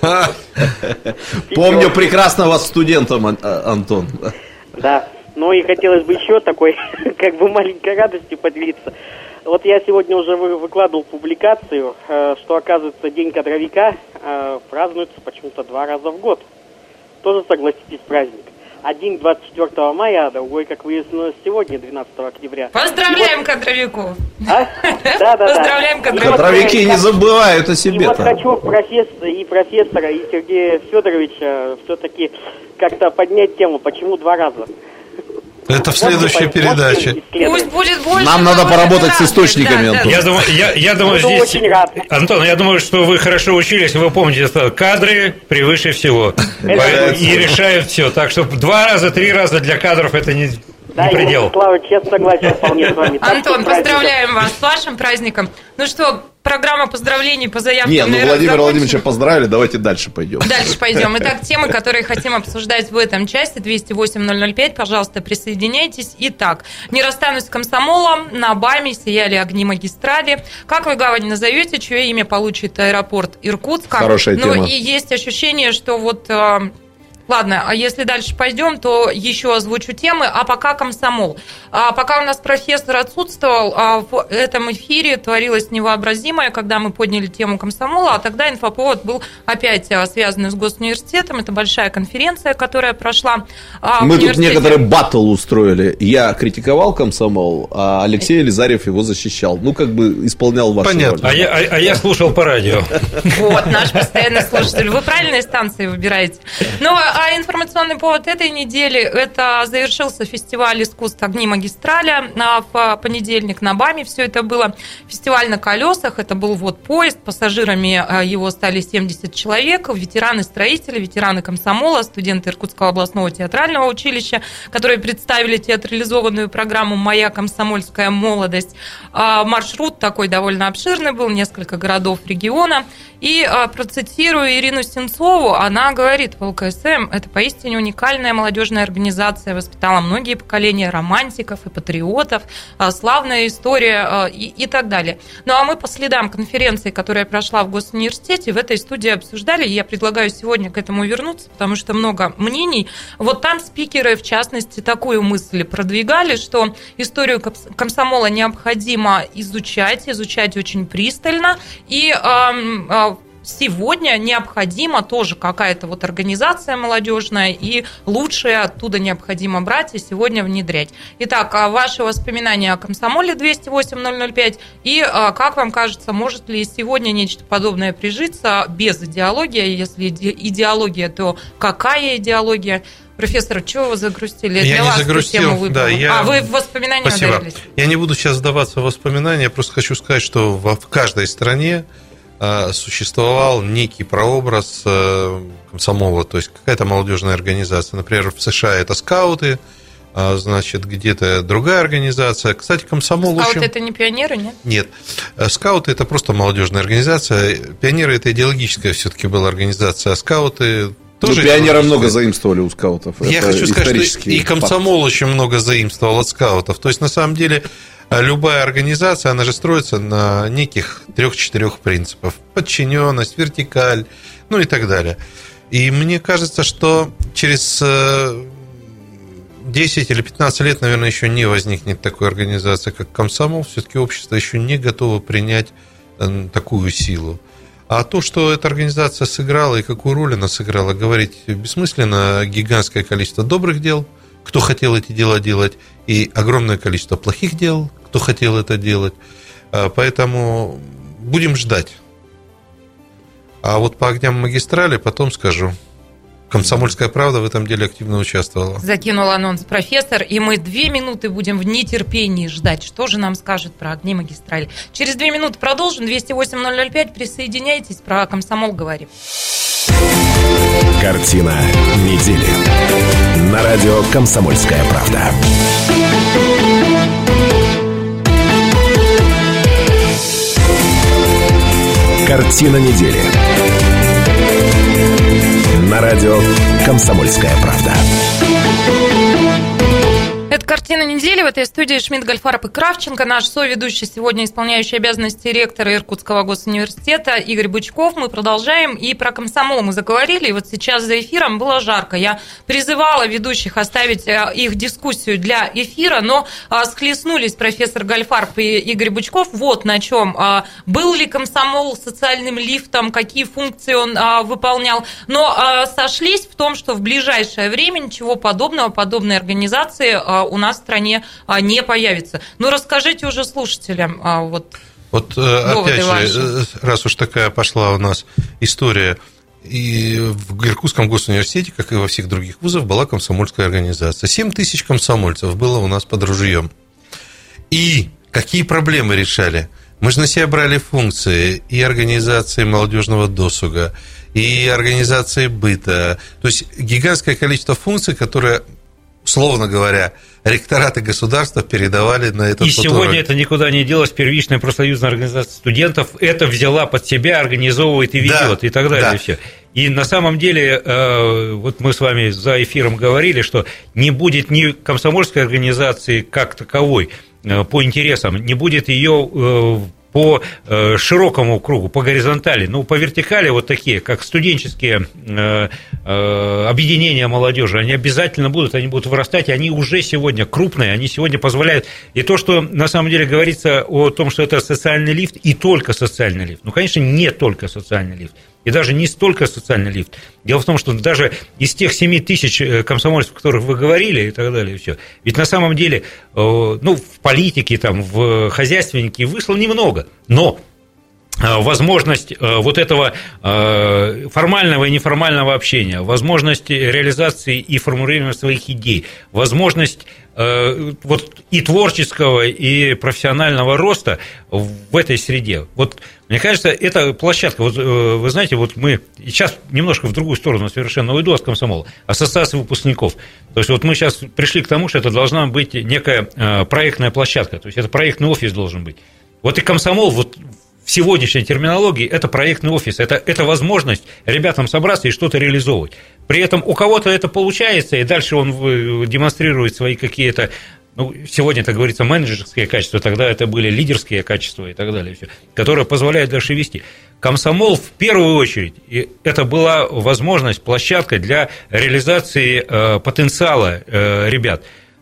Помню прекрасно вас студентом, Антон. Да, ну и хотелось бы еще такой, как бы маленькой радостью поделиться. Вот я сегодня уже выкладывал публикацию, что, оказывается, День кадровика празднуется почему-то 2 раза в год. Тоже, согласитесь, праздник. Один 24 мая, а другой, как выяснилось, сегодня, 12 октября. Поздравляем кадровиков! Да. Поздравляем кадровиков! Кадровики не забывают о себе. И вот хочу профессора, и Сергея Федоровича все-таки как-то поднять тему, почему 2 раза. Это в следующей передаче. Пусть будет больше. Нам надо поработать с источниками, Антон. Я думаю, здесь... Антон, я думаю, что вы хорошо учились, вы помните, что кадры превыше всего. И решают все. Так что 2 раза, 3 раза для кадров это не предел. Слава, честно согласен вполне с вами. Антон, поздравляем вас с вашим праздником. Ну что, программа поздравлений по заявкам. Нет, ну Владимира Владимировича поздравили, давайте дальше пойдем. Дальше пойдем. Итак, темы, которые хотим обсуждать в этом часе, 208-005, пожалуйста, присоединяйтесь. Итак, не расстанусь с комсомолом, на БАМе сияли огни магистрали. Как вы гавань назовете, чье имя получит аэропорт Иркутска? Хорошая тема. Ну и есть ощущение, что вот... Ладно, а если дальше пойдем, то еще озвучу темы. А пока комсомол. Пока у нас профессор отсутствовал, в этом эфире творилось невообразимое, когда мы подняли тему комсомола, а тогда инфоповод был опять связан с Госуниверситетом. Это большая конференция, которая прошла. Мы тут некоторый баттл устроили. Я критиковал комсомол, а Алексей Елизарьев его защищал. Ну, как бы исполнял вашу роль. А я слушал по радио. Вот, наш постоянный слушатель. Вы правильные станции выбираете. Ну, а информационный повод этой недели – это завершился фестиваль искусств «Огни магистраля» в понедельник на БАМе. Все это было. Фестиваль на колесах, это был вот поезд, пассажирами его стали 70 человек, ветераны-строители, ветераны комсомола, студенты Иркутского областного театрального училища, которые представили театрализованную программу «Моя комсомольская молодость». Маршрут такой довольно обширный был, несколько городов региона. И процитирую Ирину Сенцову, она говорит: в ЛКСМ это поистине уникальная молодежная организация, воспитала многие поколения романтиков и патриотов, славная история и так далее. Ну а мы по следам конференции, которая прошла в Госуниверситете, в этой студии обсуждали, и я предлагаю сегодня к этому вернуться, потому что много мнений. Вот там спикеры, в частности, такую мысль продвигали, что историю комсомола необходимо изучать очень пристально, и сегодня необходима тоже какая-то вот организация молодежная, и лучшее оттуда необходимо брать и сегодня внедрять. Итак, ваши воспоминания о комсомоле 208-005, и как вам кажется, может ли сегодня нечто подобное прижиться без идеологии? Если идеология, то какая идеология? Профессор, чего вы загрустили? Я не загрустил, да. Вы в воспоминания ударились? Я не буду сейчас вдаваться в воспоминания, я просто хочу сказать, что в каждой стране существовал некий прообраз комсомола, то есть какая-то молодежная организация. Например, в США это скауты, значит, где-то другая организация. Кстати, комсомол... Скауты это не пионеры, нет? Нет. Скауты это просто молодежная организация. Пионеры это идеологическая все-таки была организация, а скауты... Тоже пионеры много заимствовали у скаутов. Я хочу сказать, что и комсомол очень много заимствовал от скаутов. То есть, на самом деле, любая организация, она же строится на неких 3-4 принципах. Подчиненность, вертикаль, ну и так далее. И мне кажется, что через 10 или 15 лет, наверное, еще не возникнет такой организации, как комсомол. Все-таки общество еще не готово принять такую силу. А то, что эта организация сыграла и какую роль она сыграла, говорить бессмысленно. Гигантское количество добрых дел, кто хотел эти дела делать, и огромное количество плохих дел, кто хотел это делать. Поэтому будем ждать. А вот по огням магистрали потом скажу. «Комсомольская правда» в этом деле активно участвовала. Закинул анонс профессор, и мы 2 минуты будем в нетерпении ждать, что же нам скажет про огни магистрали. Через 2 минуты продолжим. 208-005, присоединяйтесь, про комсомол говорим. Картина недели. На радио «Комсомольская правда». Картина недели. На радио «Комсомольская правда». Это «Картина недели». В этой студии Шмидт, Гольфарб и Кравченко. Наш соведущий сегодня исполняющий обязанности ректора Иркутского госуниверситета Игорь Бычков. Мы продолжаем. И про комсомол мы заговорили. И вот сейчас за эфиром было жарко. Я призывала ведущих оставить их дискуссию для эфира, но схлестнулись профессор Гольфарб и Игорь Бычков. Вот на чем. Был ли комсомол социальным лифтом, какие функции он выполнял. Но сошлись в том, что в ближайшее время ничего подобного, подобной организации у нас в стране не появится. Ну, расскажите уже слушателям. Вот опять ваши. же, раз уж такая пошла у нас история, и в Иркутском госуниверситете, как и во всех других вузах, была комсомольская организация. 7 тысяч комсомольцев было у нас под ружьем. И какие проблемы решали? Мы же на себя брали функции и организации молодежного досуга, и организации быта. То есть гигантское количество функций, которые условно говоря, ректораты государства передавали на этот И сегодня это никуда не делось. Первичная профсоюзная организация студентов это взяла под себя, организовывает и ведет, и так далее. И все. И на самом деле, вот мы с вами за эфиром говорили, что не будет ни комсомольской организации как таковой по интересам, не будет ее по широкому кругу, по горизонтали, ну, по вертикали вот такие, как студенческие объединения молодежи, они обязательно будут, они будут вырастать, и они уже сегодня крупные, они сегодня позволяют, и то, что на самом деле говорится о том, что это социальный лифт, и только социальный лифт, ну, конечно, не только социальный лифт, и даже не столько социальный лифт. Дело в том, что даже из тех 7 тысяч комсомольцев, о которых вы говорили, и так далее, и все, ведь на самом деле, ну, в политике, там, в хозяйственнике вышло немного, но возможность вот этого формального и неформального общения, возможность реализации и формулирования своих идей, возможность вот и творческого, и профессионального роста в этой среде. Вот, мне кажется, эта площадка, вот, вы знаете, вот мы сейчас немножко в другую сторону совершенно уйду от комсомола, ассоциации выпускников. То есть вот мы сейчас пришли к тому, что это должна быть некая проектная площадка, то есть это проектный офис должен быть. Вот и комсомол, вот в сегодняшней терминологии это проектный офис, это возможность ребятам собраться и что-то реализовывать. При этом у кого-то это получается, и дальше он демонстрирует свои какие-то, ну, сегодня это говорится менеджерские качества, тогда это были лидерские качества и так далее, все, которые позволяют дальше вести. Комсомол в первую очередь, и это была возможность, площадка для реализации потенциала ребят.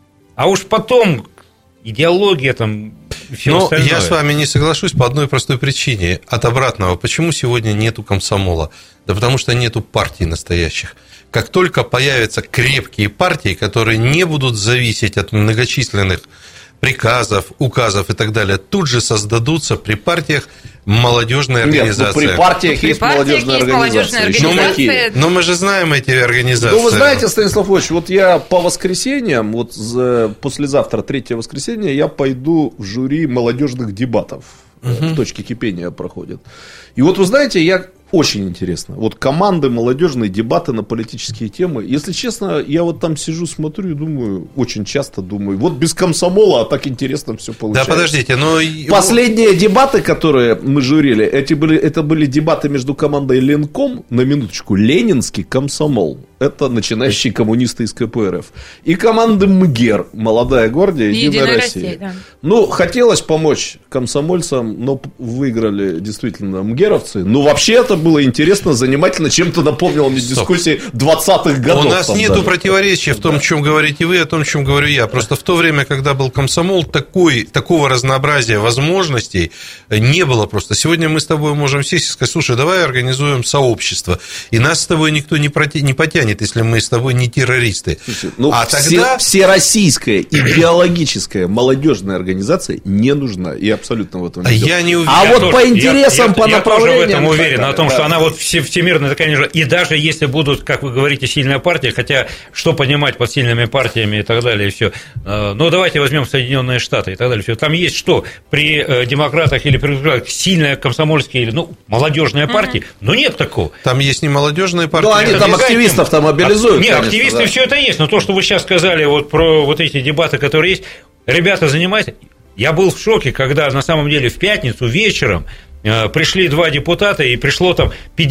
А уж потом идеология там, все остальное. Я с вами не соглашусь по одной простой причине. От обратного. Почему сегодня нету комсомола? Да потому что нету партий настоящих. Как только появятся крепкие партии, которые не будут зависеть от многочисленных приказов, указов и так далее, тут же создадутся при партиях молодежные организации. Нет, при партиях есть молодежные организации. Но мы же знаем эти организации. Ну, вы знаете, Станислав Ильич, вот я по воскресеньям, вот послезавтра, 3 воскресенье, я пойду в жюри молодежных дебатов. В точке кипения проходят. И вот вы знаете, очень интересно. Вот команды молодежные, дебаты на политические темы. Если честно, я вот там сижу, смотрю и думаю, очень часто думаю, вот без комсомола, а так интересно все получается. Да, подождите, но... Последние дебаты, которые мы жюрили, это были дебаты между командой Ленком, на минуточку, Ленинский комсомол. Это начинающие коммунисты из КПРФ. И команда МГЕР, Молодая гвардия, Единая Россия. Да. Ну, хотелось помочь комсомольцам, но выиграли действительно МГЕРовцы. Ну, вообще это было интересно, занимательно, чем-то напомнило мне дискуссии 20-х годов. У нас нету противоречия в том, о чем говорите вы, о том, о чем говорю я. Просто в то время, когда был комсомол, такого разнообразия возможностей не было просто. Сегодня мы с тобой можем сесть и сказать, слушай, давай организуем сообщество. И нас с тобой никто не потянет, если мы с тобой не террористы. Слушайте, ну, тогда всероссийская идеологическая молодежная организация не нужна. И абсолютно в этом не я не уверен. А вот по интересам, по направлениям... Я тоже в этом уверен, о том, что она вот всемирная такая, и даже если будут, как вы говорите, сильная партия, хотя что понимать под сильными партиями и так далее, и все. Но давайте возьмем Соединенные Штаты и так далее. Все. Там есть что? При демократах или при демократах сильная комсомольская или молодежная партия, но нет такого. Там есть не молодежная партия. Ну, они там активистов мобилизуют. Нет, конечно, активисты, да. Все это есть, но то, что вы сейчас сказали вот про вот эти дебаты, которые есть, ребята занимаются. Я был в шоке, когда на самом деле в пятницу вечером пришли 2 депутата, и пришло там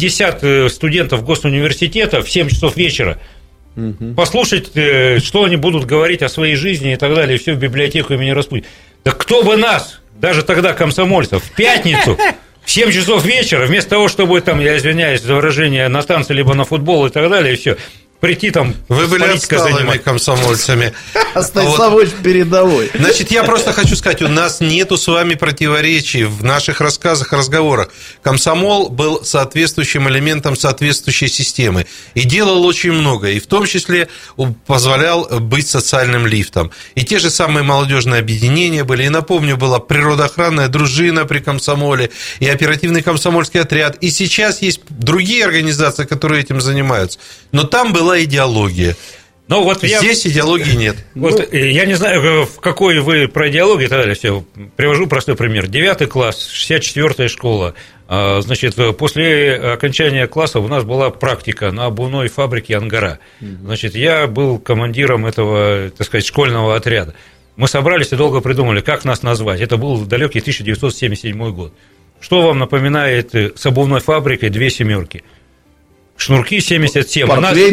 50 студентов госуниверситета в 7 часов вечера. Послушать, что они будут говорить о своей жизни и так далее, и все в библиотеку имени Распутина. Да кто бы нас, даже тогда комсомольцев, в пятницу в 7 часов вечера, вместо того, чтобы там, я извиняюсь за выражение, на танцы, либо на футбол и так далее, и все, прийти там... Вы были отсталыми комсомольцами. Станиславович передовой. Значит, я просто хочу сказать, у нас нету с вами противоречий в наших рассказах, разговорах. Комсомол был соответствующим элементом соответствующей системы и делал очень много, и в том числе позволял быть социальным лифтом. И те же самые молодежные объединения были. И напомню, была природоохранная дружина при комсомоле, и оперативный комсомольский отряд. И сейчас есть другие организации, которые этим занимаются. Но там была идеология. Но вот здесь идеологии нет. Вот, я не знаю, в какой вы про идеологию и так далее. Все. Привожу простой пример. 9 класс, 64-я школа. Значит, после окончания класса у нас была практика на обувной фабрике «Ангара». Значит, я был командиром этого, так сказать, школьного отряда. Мы собрались и долго придумали, как нас назвать. Это был далекий 1977 год. Что вам напоминает с обувной фабрикой 2 семерки? Шнурки 77.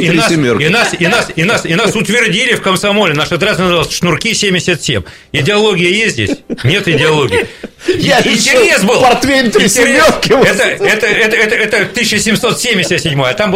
И нас утвердили в комсомоле. Наш отряд назывался «Шнурки 77». Идеология есть здесь? Нет идеологии. Интерес был. Портвейн 3 семерки. Это 1777, а там был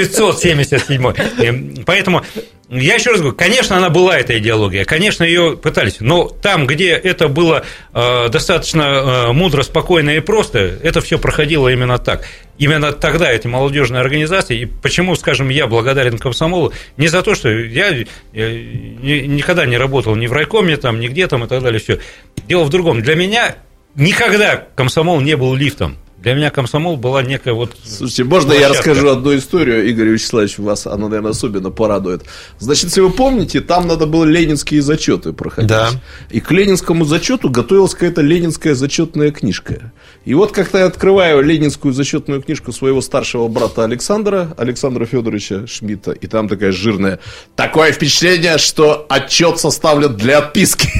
1977. Поэтому я еще раз говорю, конечно, она была, эта идеология, конечно, ее пытались, но там, где это было достаточно мудро, спокойно и просто, это все проходило именно так. Именно тогда эти молодежные организации, и почему, скажем, я благодарен комсомолу, не за то, что я никогда не работал ни в райкоме, там, нигде там и так далее, все. Дело в другом. Для меня никогда комсомол не был лифтом. Для меня комсомол была некая вот... Слушайте, можно площадка. Я расскажу одну историю, Игорь Вячеславович, вас она, наверное, особенно порадует. Значит, если вы помните, там надо было ленинские зачеты проходить. Да. И к ленинскому зачету готовилась какая-то ленинская зачетная книжка. И вот как-то я открываю ленинскую зачетную книжку своего старшего брата Александра Федоровича Шмидта, и там такая жирная: такое впечатление, что отчет составлен для отписки.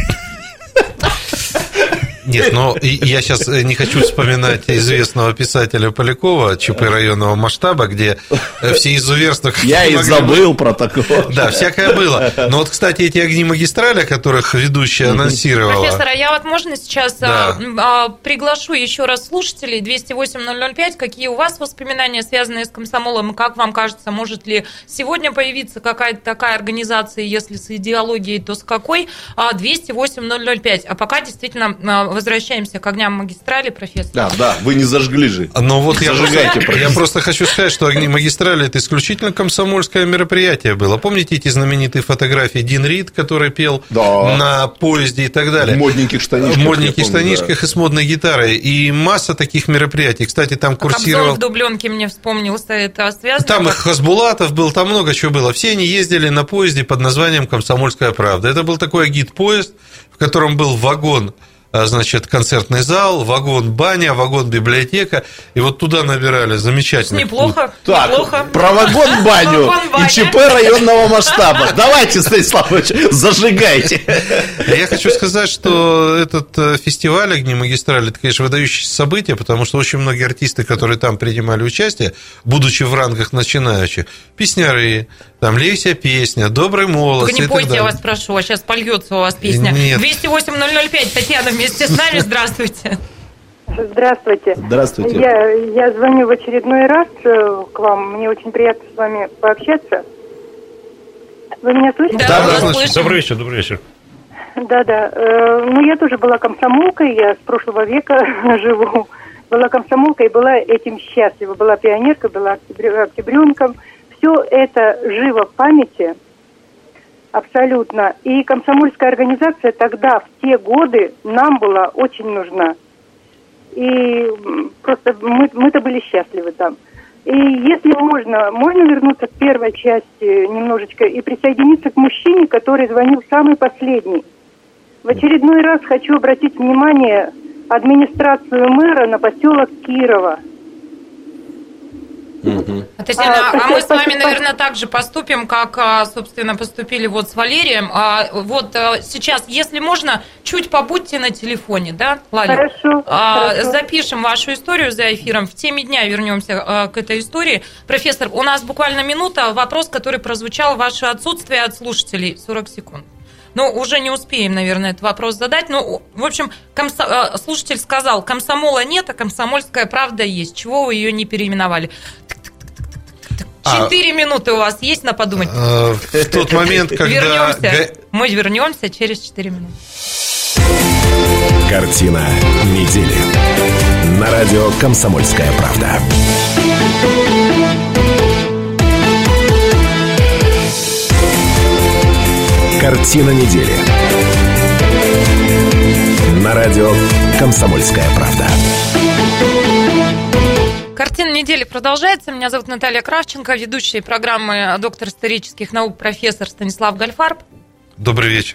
Нет, но я сейчас не хочу вспоминать известного писателя Полякова, ЧП районного масштаба, где все изуверства... Я и забыл про такое. Да, всякое было. Но вот, кстати, эти огни магистрали, о которых ведущая анонсировала... Профессор, а я вот можно сейчас приглашу еще раз слушателей 208-005, какие у вас воспоминания, связанные с комсомолом, и как вам кажется, может ли сегодня появиться какая-то такая организация, если с идеологией, то с какой? 208-005. А пока действительно... Возвращаемся к огням магистрали, профессор. Да, вы не зажгли же. Но вот я просто хочу сказать, что огни магистрали — это исключительно комсомольское мероприятие было. Помните эти знаменитые фотографии Дин Рид, который пел на поезде и так далее? В модненьких штанишках. В модненьких штанишках и с модной гитарой. И масса таких мероприятий. Кстати, там курсировал... Кобзон в дубленке мне вспомнился, это связано? Там и Хасбулатов был, там много чего было. Все они ездили на поезде под названием «Комсомольская правда». Это был такой агитпоезд, в котором был вагон, значит, концертный зал, вагон баня, вагон библиотека, и вот туда набирали замечательно. Неплохо, так, неплохо. Про вагон баню и ЧП районного масштаба. Давайте, Станиславович, зажигайте. Я хочу сказать, что этот фестиваль «Огни магистрали» — это, конечно, выдающееся событие, потому что очень многие артисты, которые там принимали участие, будучи в рангах начинающих, песняры, там «Лейся песня», «Добрый молодец». Вы не пойте, я вас прошу, а сейчас польется у вас песня. 208-005, Татьяна вместе с нами, здравствуйте. Здравствуйте. Здравствуйте. Я звоню в очередной раз к вам, мне очень приятно с вами пообщаться. Вы меня слышите? Да, слышим. Добрый вечер. Да. Ну, я тоже была комсомолкой, я с прошлого века живу. Была комсомолкой, была этим счастлива. Была пионеркой, была октябренком. Все это живо в памяти, абсолютно. И комсомольская организация тогда, в те годы, нам была очень нужна. И просто мы-то были счастливы там. И если можно вернуться к первой части немножечко и присоединиться к мужчине, который звонил самый последний. В очередной раз хочу обратить внимание администрацию мэра на поселок Кирова. Татьяна, а мы с вами, наверное, так же поступим, как, собственно, поступили вот с Валерием. Вот сейчас, если можно, чуть побудьте на телефоне, да, Лаля? Хорошо. Запишем вашу историю за эфиром. В теме дня вернемся к этой истории. Профессор, у нас буквально минута. Вопрос, который прозвучал, ваше отсутствие от слушателей. 40 секунд. Ну, уже не успеем, наверное, этот вопрос задать. Ну, в общем, слушатель сказал, комсомола нет, а комсомольская правда есть. Чего вы ее не переименовали? 4 минуты у вас есть на подумать? В тот момент, когда... Мы вернемся через 4 минуты. Картина недели. На радио «Комсомольская правда». Картина недели. На радио «Комсомольская правда». Картина недели продолжается. Меня зовут Наталья Кравченко, ведущая программы доктор исторических наук, профессор Станислав Гольфарб. Добрый вечер.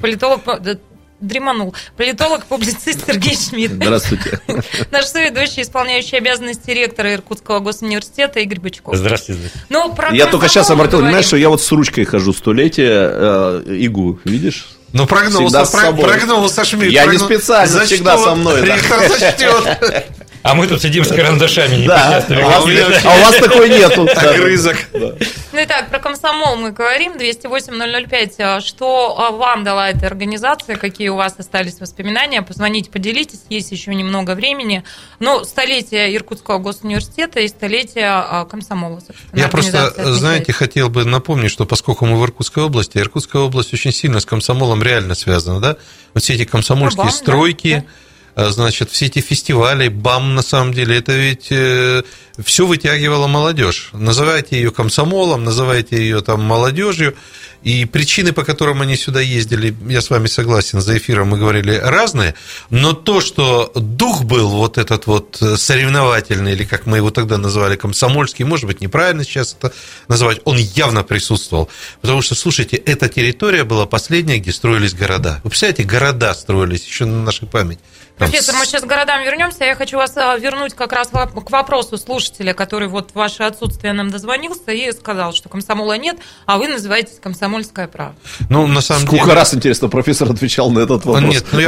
Политолог, публицист Сергей Шмидт. Здравствуйте. Наш соведущий, исполняющий обязанности ректора Иркутского госуниверситета Игорь Бычков. Здравствуйте. Я только сейчас обратил внимание, что я вот с ручкой хожу столетие ИГУ, видишь? Ну, прогнулся Шмидт. Я не специально, всегда со мной. Ректор зачтет. А мы тут сидим с карандашами. Да, а у вас такой нету. Огрызок. Ну и так, про комсомол мы говорим. 208-005. Что вам дала эта организация? Какие у вас остались воспоминания? Позвоните, поделитесь. Есть еще немного времени. Но столетие Иркутского госуниверситета и столетие комсомола. Я просто, знаете, хотел бы напомнить, что поскольку мы в Иркутской области, Иркутская область очень сильно с комсомолом реально связана, да? Вот все эти комсомольские стройки, значит, все эти фестивали, БАМ, на самом деле, это ведь все вытягивала молодежь. Называйте ее комсомолом, называйте ее там молодежью. И причины, по которым они сюда ездили, я с вами согласен, за эфиром мы говорили разные, но то, что дух был вот этот вот соревновательный, или как мы его тогда называли, комсомольский, может быть, неправильно сейчас это называть, он явно присутствовал. Потому что, слушайте, эта территория была последняя, где строились города. Вы представляете, города строились еще на нашей памяти. Профессор, мы сейчас к городам вернемся. Я хочу вас вернуть как раз к вопросу слушателя, который вот в ваше отсутствие нам дозвонился и сказал, что комсомола нет, а вы называетесь «Комсомольская правда». Ну, на самом деле... Сколько раз, интересно, профессор отвечал на этот вопрос? Нет, ну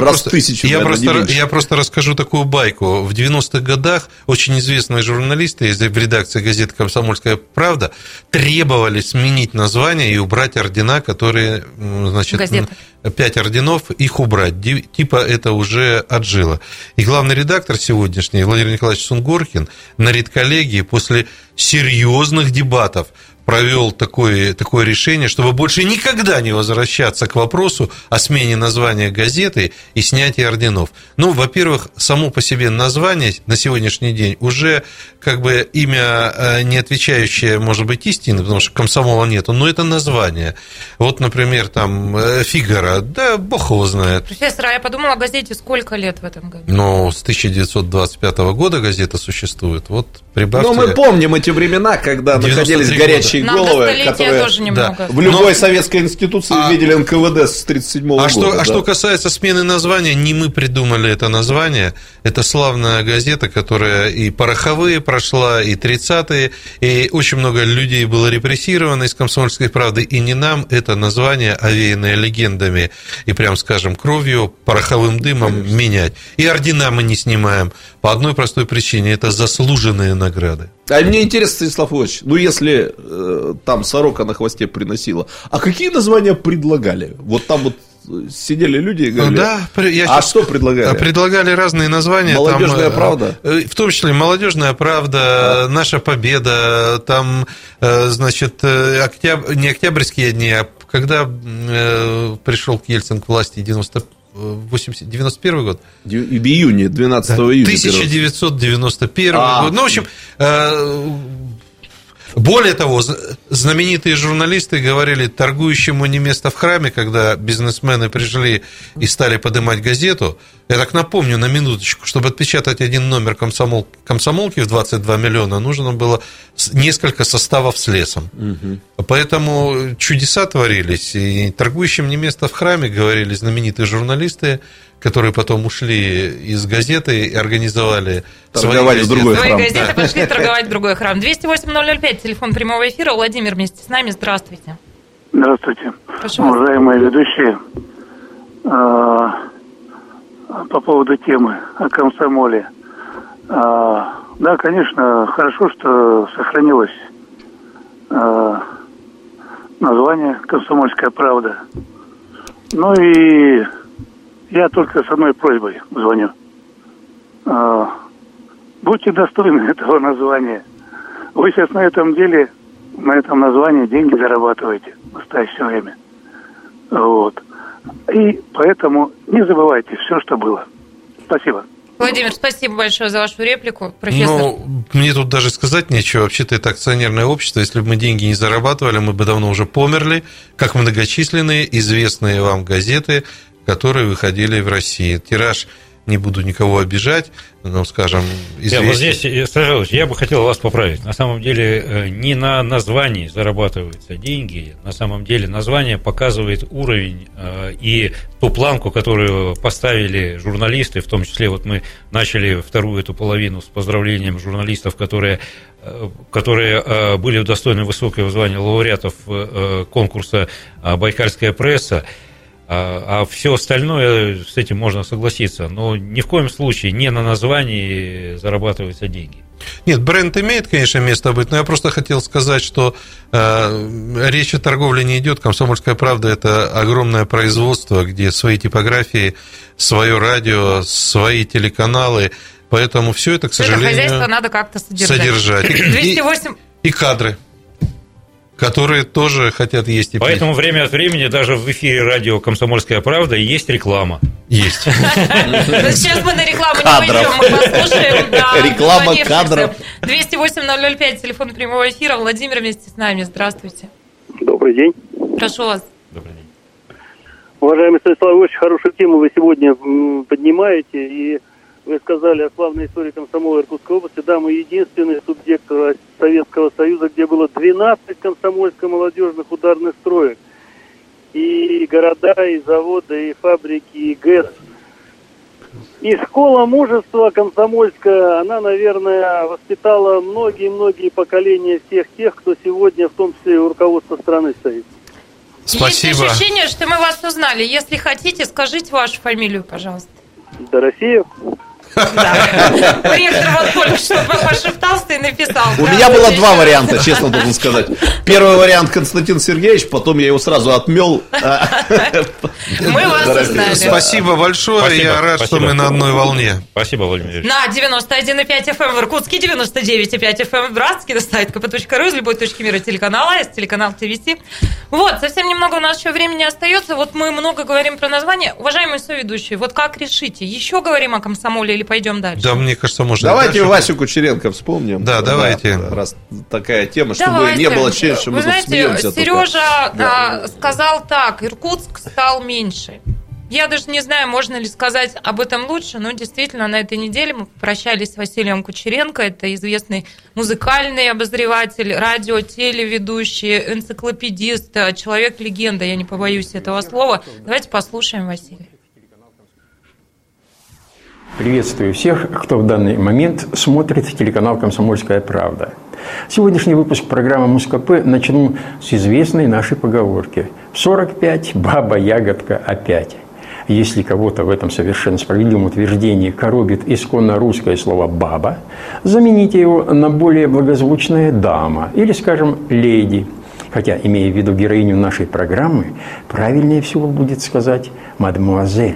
я просто расскажу такую байку. В 90-х годах очень известные журналисты в редакции газеты «Комсомольская правда» требовали сменить название и убрать ордена, которые, значит... Газеты. 5 орденов, их убрать. Типа это уже отжило. И главный редактор сегодняшний, Владимир Николаевич Сунгоркин, на редколлегии после серьезных дебатов провел такое решение, чтобы больше никогда не возвращаться к вопросу о смене названия газеты и снятии орденов. Ну, во-первых, само по себе название на сегодняшний день уже как бы имя, не отвечающее, может быть, истине, потому что комсомола нету, но это название. Вот, например, там «Фигаро», да, бог его знает. Профессор, а я подумала, газете сколько лет в этом году? Ну, с 1925 года газета существует. Вот прибавьте... Ну, мы помним эти времена, когда находились горячие головы, которые в любой советской институции видели НКВД с 1937 года. Что касается смены названия, не мы придумали это название. Это славная газета, которая и пороховые прошла, и 30-е, и очень много людей было репрессировано из «Комсомольской правды», и не нам это название, овеянное легендами и, прям скажем, кровью, пороховым дымом менять. И ордена мы не снимаем по одной простой причине – это заслуженные награды. А мне интересно, Станислав Ильич, ну если там сорока на хвосте приносила, а какие названия предлагали? Вот там вот сидели люди и говорили, что предлагали? Предлагали разные названия. «Молодежная правда»? В том числе «Молодежная правда», «Наша победа», там, значит, не октябрьские дни, а когда пришел Ельцин к власти 91 год? В июне, 12 июня. 1991 год. Ну, в общем, более того, знаменитые журналисты говорили, торгующему не место в храме, когда бизнесмены пришли и стали поднимать газету. Я так напомню, на минуточку, чтобы отпечатать один номер комсомолки в 22 миллиона, нужно было несколько составов с лесом. Угу. Поэтому чудеса творились. И торгующим не место в храме, говорили знаменитые журналисты, которые потом ушли из газеты и организовали свои газеты, пошли торговать в другой храм. 208-005, телефон прямого эфира. Владимир вместе с нами. Здравствуйте. Здравствуйте. Прошу уважаемые ведущие. По поводу темы о комсомоле. Да, конечно, хорошо, что сохранилось название «Комсомольская правда». Ну и я только с одной просьбой звоню. Будьте достойны этого названия. Вы сейчас на этом деле, на этом названии деньги зарабатываете в настоящее время. Вот. И поэтому не забывайте все, что было. Спасибо. Владимир, спасибо большое за вашу реплику. Профессор. Ну, мне тут даже сказать нечего. Вообще-то это акционерное общество. Если бы мы деньги не зарабатывали, мы бы давно уже померли, как многочисленные известные вам газеты, которые выходили в России. Тираж не буду никого обижать, но, скажем, известие. Вот здесь, Саша, я бы хотел вас поправить. На самом деле не на названии зарабатываются деньги, на самом деле название показывает уровень и ту планку, которую поставили журналисты, в том числе вот мы начали вторую эту половину с поздравлением журналистов, которые были удостоены высокого звания лауреатов конкурса «Байкальская пресса». А все остальное, с этим можно согласиться, но ни в коем случае не на названии зарабатываются деньги. Нет, бренд имеет, конечно, место быть, но я просто хотел сказать, что речь о торговле не идет. «Комсомольская правда» – это огромное производство, где свои типографии, свое радио, свои телеканалы, поэтому все это, к сожалению, это хозяйство надо как-то содержать. 208... И кадры, которые тоже хотят есть и пить. Поэтому время от времени даже в эфире радио «Комсомольская правда» есть реклама. Есть. Сейчас мы на рекламу не пойдем, мы послушаем. Реклама кадров. 208-005, телефон прямого эфира. Владимир вместе с нами. Здравствуйте. Добрый день. Прошу вас. Добрый день. Уважаемый Станислав, очень хорошую тему вы сегодня поднимаете, и вы сказали о славной истории комсомола Иркутской области. Да, мы единственный субъект Советского Союза, где было 12 комсомольско-молодежных ударных строек. И города, и заводы, и фабрики, и ГЭС. И школа мужества комсомольская, она, наверное, воспитала многие-многие поколения всех тех, кто сегодня, в том числе, у руководства страны стоит. Спасибо. Есть ощущение, что мы вас узнали. Если хотите, скажите вашу фамилию, пожалуйста. Дорофеев. Да. Ректор вот только что пошептался и написал. У меня было два варианта, честно должен сказать. Первый вариант Константин Сергеевич, потом я его сразу отмел. Мы вас узнали. Спасибо большое, я рад, что мы на одной волне. Спасибо, Владимир Ильич. На 91,5 FM в Иркутске, 99,5 FM в Братске, на сайт kp.ru, из любой точки мира телеканала, из телеканала ТВС. Вот, совсем немного у нас еще времени остается. Вот мы много говорим про название. Уважаемые соведущие, вот как решите? Еще говорим о комсомоле или пойдем дальше? Да, мне кажется, можно. Давайте Васю Кучеренко вспомним. Да, давайте. Раз такая тема, чтобы не было ощущения, что мы тут смеемся. Сережа сказал так: Иркутск стал меньше. Я даже не знаю, можно ли сказать об этом лучше, но действительно на этой неделе мы попрощались с Василием Кучеренко. Это известный музыкальный обозреватель, радио, телеведущий, энциклопедист, человек-легенда, я не побоюсь этого слова. Давайте послушаем Василия. Приветствую всех, кто в данный момент смотрит телеканал «Комсомольская правда». Сегодняшний выпуск программы «Муз-КП» начну с известной нашей поговорки «В 45 баба-ягодка опять». Если кого-то в этом совершенно справедливом утверждении коробит исконно русское слово «баба», замените его на более благозвучное «дама» или, скажем, «леди». Хотя, имея в виду героиню нашей программы, правильнее всего будет сказать «мадемуазель».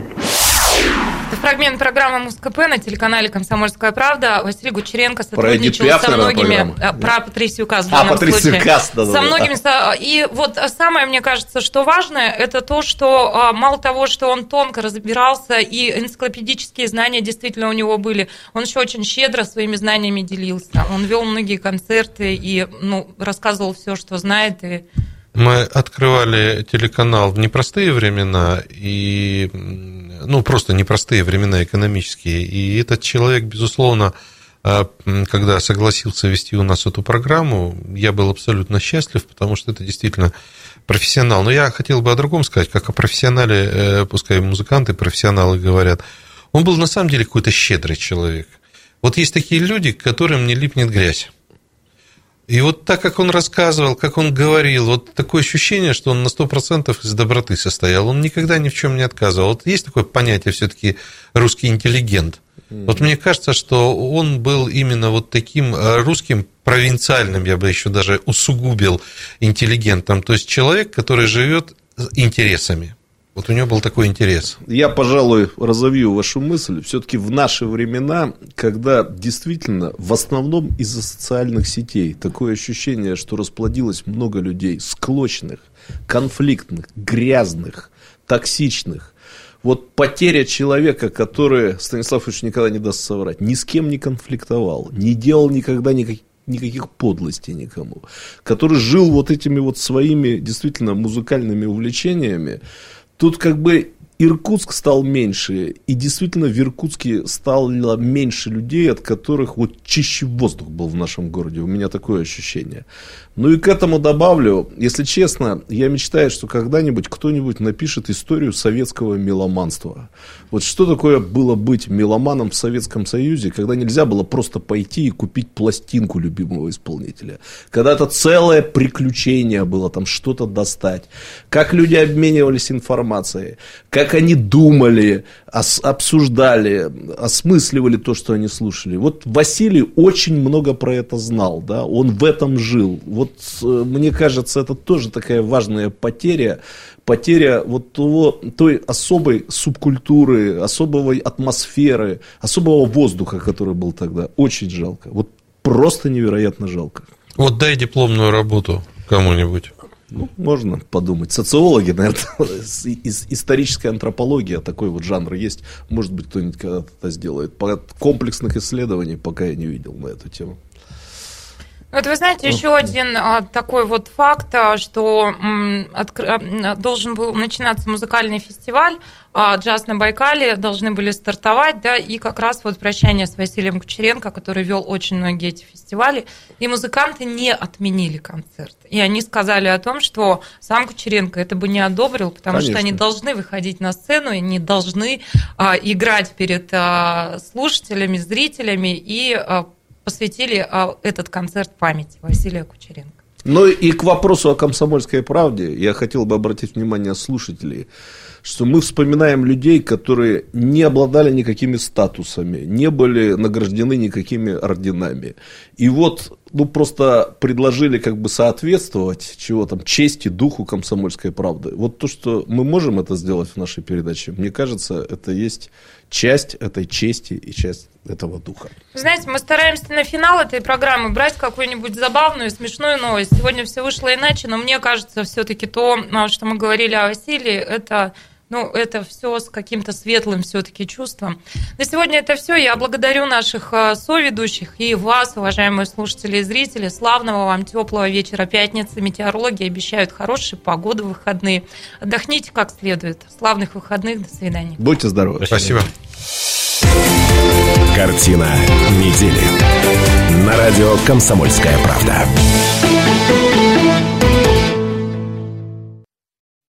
Фрагмент программы Муз-КП на телеканале «Комсомольская правда». Василий Кучеренко сотрудничал со многими... Про Патрисию Кас в данном случае. Со многими... И вот самое, мне кажется, что важное, это то, что мало того, что он тонко разбирался, и энциклопедические знания действительно у него были, он еще очень щедро своими знаниями делился. Он вел многие концерты и рассказывал все, что знает, и... Мы открывали телеканал в непростые времена, и, просто непростые времена экономические, и этот человек, безусловно, когда согласился вести у нас эту программу, я был абсолютно счастлив, потому что это действительно профессионал. Но я хотел бы о другом сказать, как о профессионале, пускай музыканты, профессионалы говорят, он был на самом деле какой-то щедрый человек. Вот есть такие люди, к которым не липнет грязь. И вот так, как он рассказывал, как он говорил, вот такое ощущение, что он на 100% из доброты состоял. Он никогда ни в чем не отказывал. Вот есть такое понятие все-таки русский интеллигент. Вот мне кажется, что он был именно вот таким русским провинциальным, я бы еще даже усугубил, интеллигентом. То есть человек, который живет интересами. Вот у него был такой интерес. Я, пожалуй, разовью вашу мысль. Все-таки в наши времена, когда действительно в основном из-за социальных сетей такое ощущение, что расплодилось много людей склочных, конфликтных, грязных, токсичных. Вот потеря человека, который, Станислав Ильич никогда не даст соврать, ни с кем не конфликтовал, не делал никогда никаких подлостей никому, который жил вот этими вот своими действительно музыкальными увлечениями. Тут как бы Иркутск стал меньше, и действительно в Иркутске стало меньше людей, от которых вот чище воздух был в нашем городе. У меня такое ощущение. Ну и к этому добавлю, если честно, я мечтаю, что когда-нибудь кто-нибудь напишет историю советского меломанства. Вот что такое было быть меломаном в Советском Союзе, когда нельзя было просто пойти и купить пластинку любимого исполнителя. Когда это целое приключение было, там что-то достать. Как люди обменивались информацией, как они думали, обсуждали, осмысливали то, что они слушали. Вот Василий очень много про это знал, да? Он в этом жил. Вот мне кажется, это тоже такая важная потеря вот той особой субкультуры, особой атмосферы, особого воздуха, который был тогда. Очень жалко. Вот просто невероятно жалко. Вот дай дипломную работу кому-нибудь. Ну, можно подумать. Социологи, наверное, историческая антропология, такой вот жанр есть. Может быть, кто-нибудь когда-то это сделает. Комплексных исследований пока я не видел на эту тему. Вот вы знаете, еще один такой вот факт, что должен был начинаться музыкальный фестиваль, «Джаз на Байкале», должны были стартовать, да, и как раз вот прощание с Василием Кучеренко, который вел очень многие эти фестивали, и музыканты не отменили концерт. И они сказали о том, что сам Кучеренко это бы не одобрил, потому Конечно. Что они должны выходить на сцену, и не должны играть перед слушателями, зрителями и посвятили этот концерт памяти Василия Кучеренко. Ну и к вопросу о «Комсомольской правде» я хотел бы обратить внимание слушателей, что мы вспоминаем людей, которые не обладали никакими статусами, не были награждены никакими орденами. И вот, просто предложили как бы соответствовать чести, духу «Комсомольской правды». Вот то, что мы можем это сделать в нашей передаче, мне кажется, это есть часть этой чести и часть этого духа. Знаете, мы стараемся на финал этой программы брать какую-нибудь забавную, смешную новость. Сегодня все вышло иначе, но мне кажется, все-таки то, что мы говорили о Василии, это все с каким-то светлым все-таки чувством. На сегодня это все. Я благодарю наших соведущих и вас, уважаемые слушатели и зрители. Славного вам теплого вечера пятницы. Метеорологи обещают хорошую погоду в выходные. Отдохните как следует. Славных выходных. До свидания. Будьте здоровы. Спасибо. Картина недели. На радио «Комсомольская правда».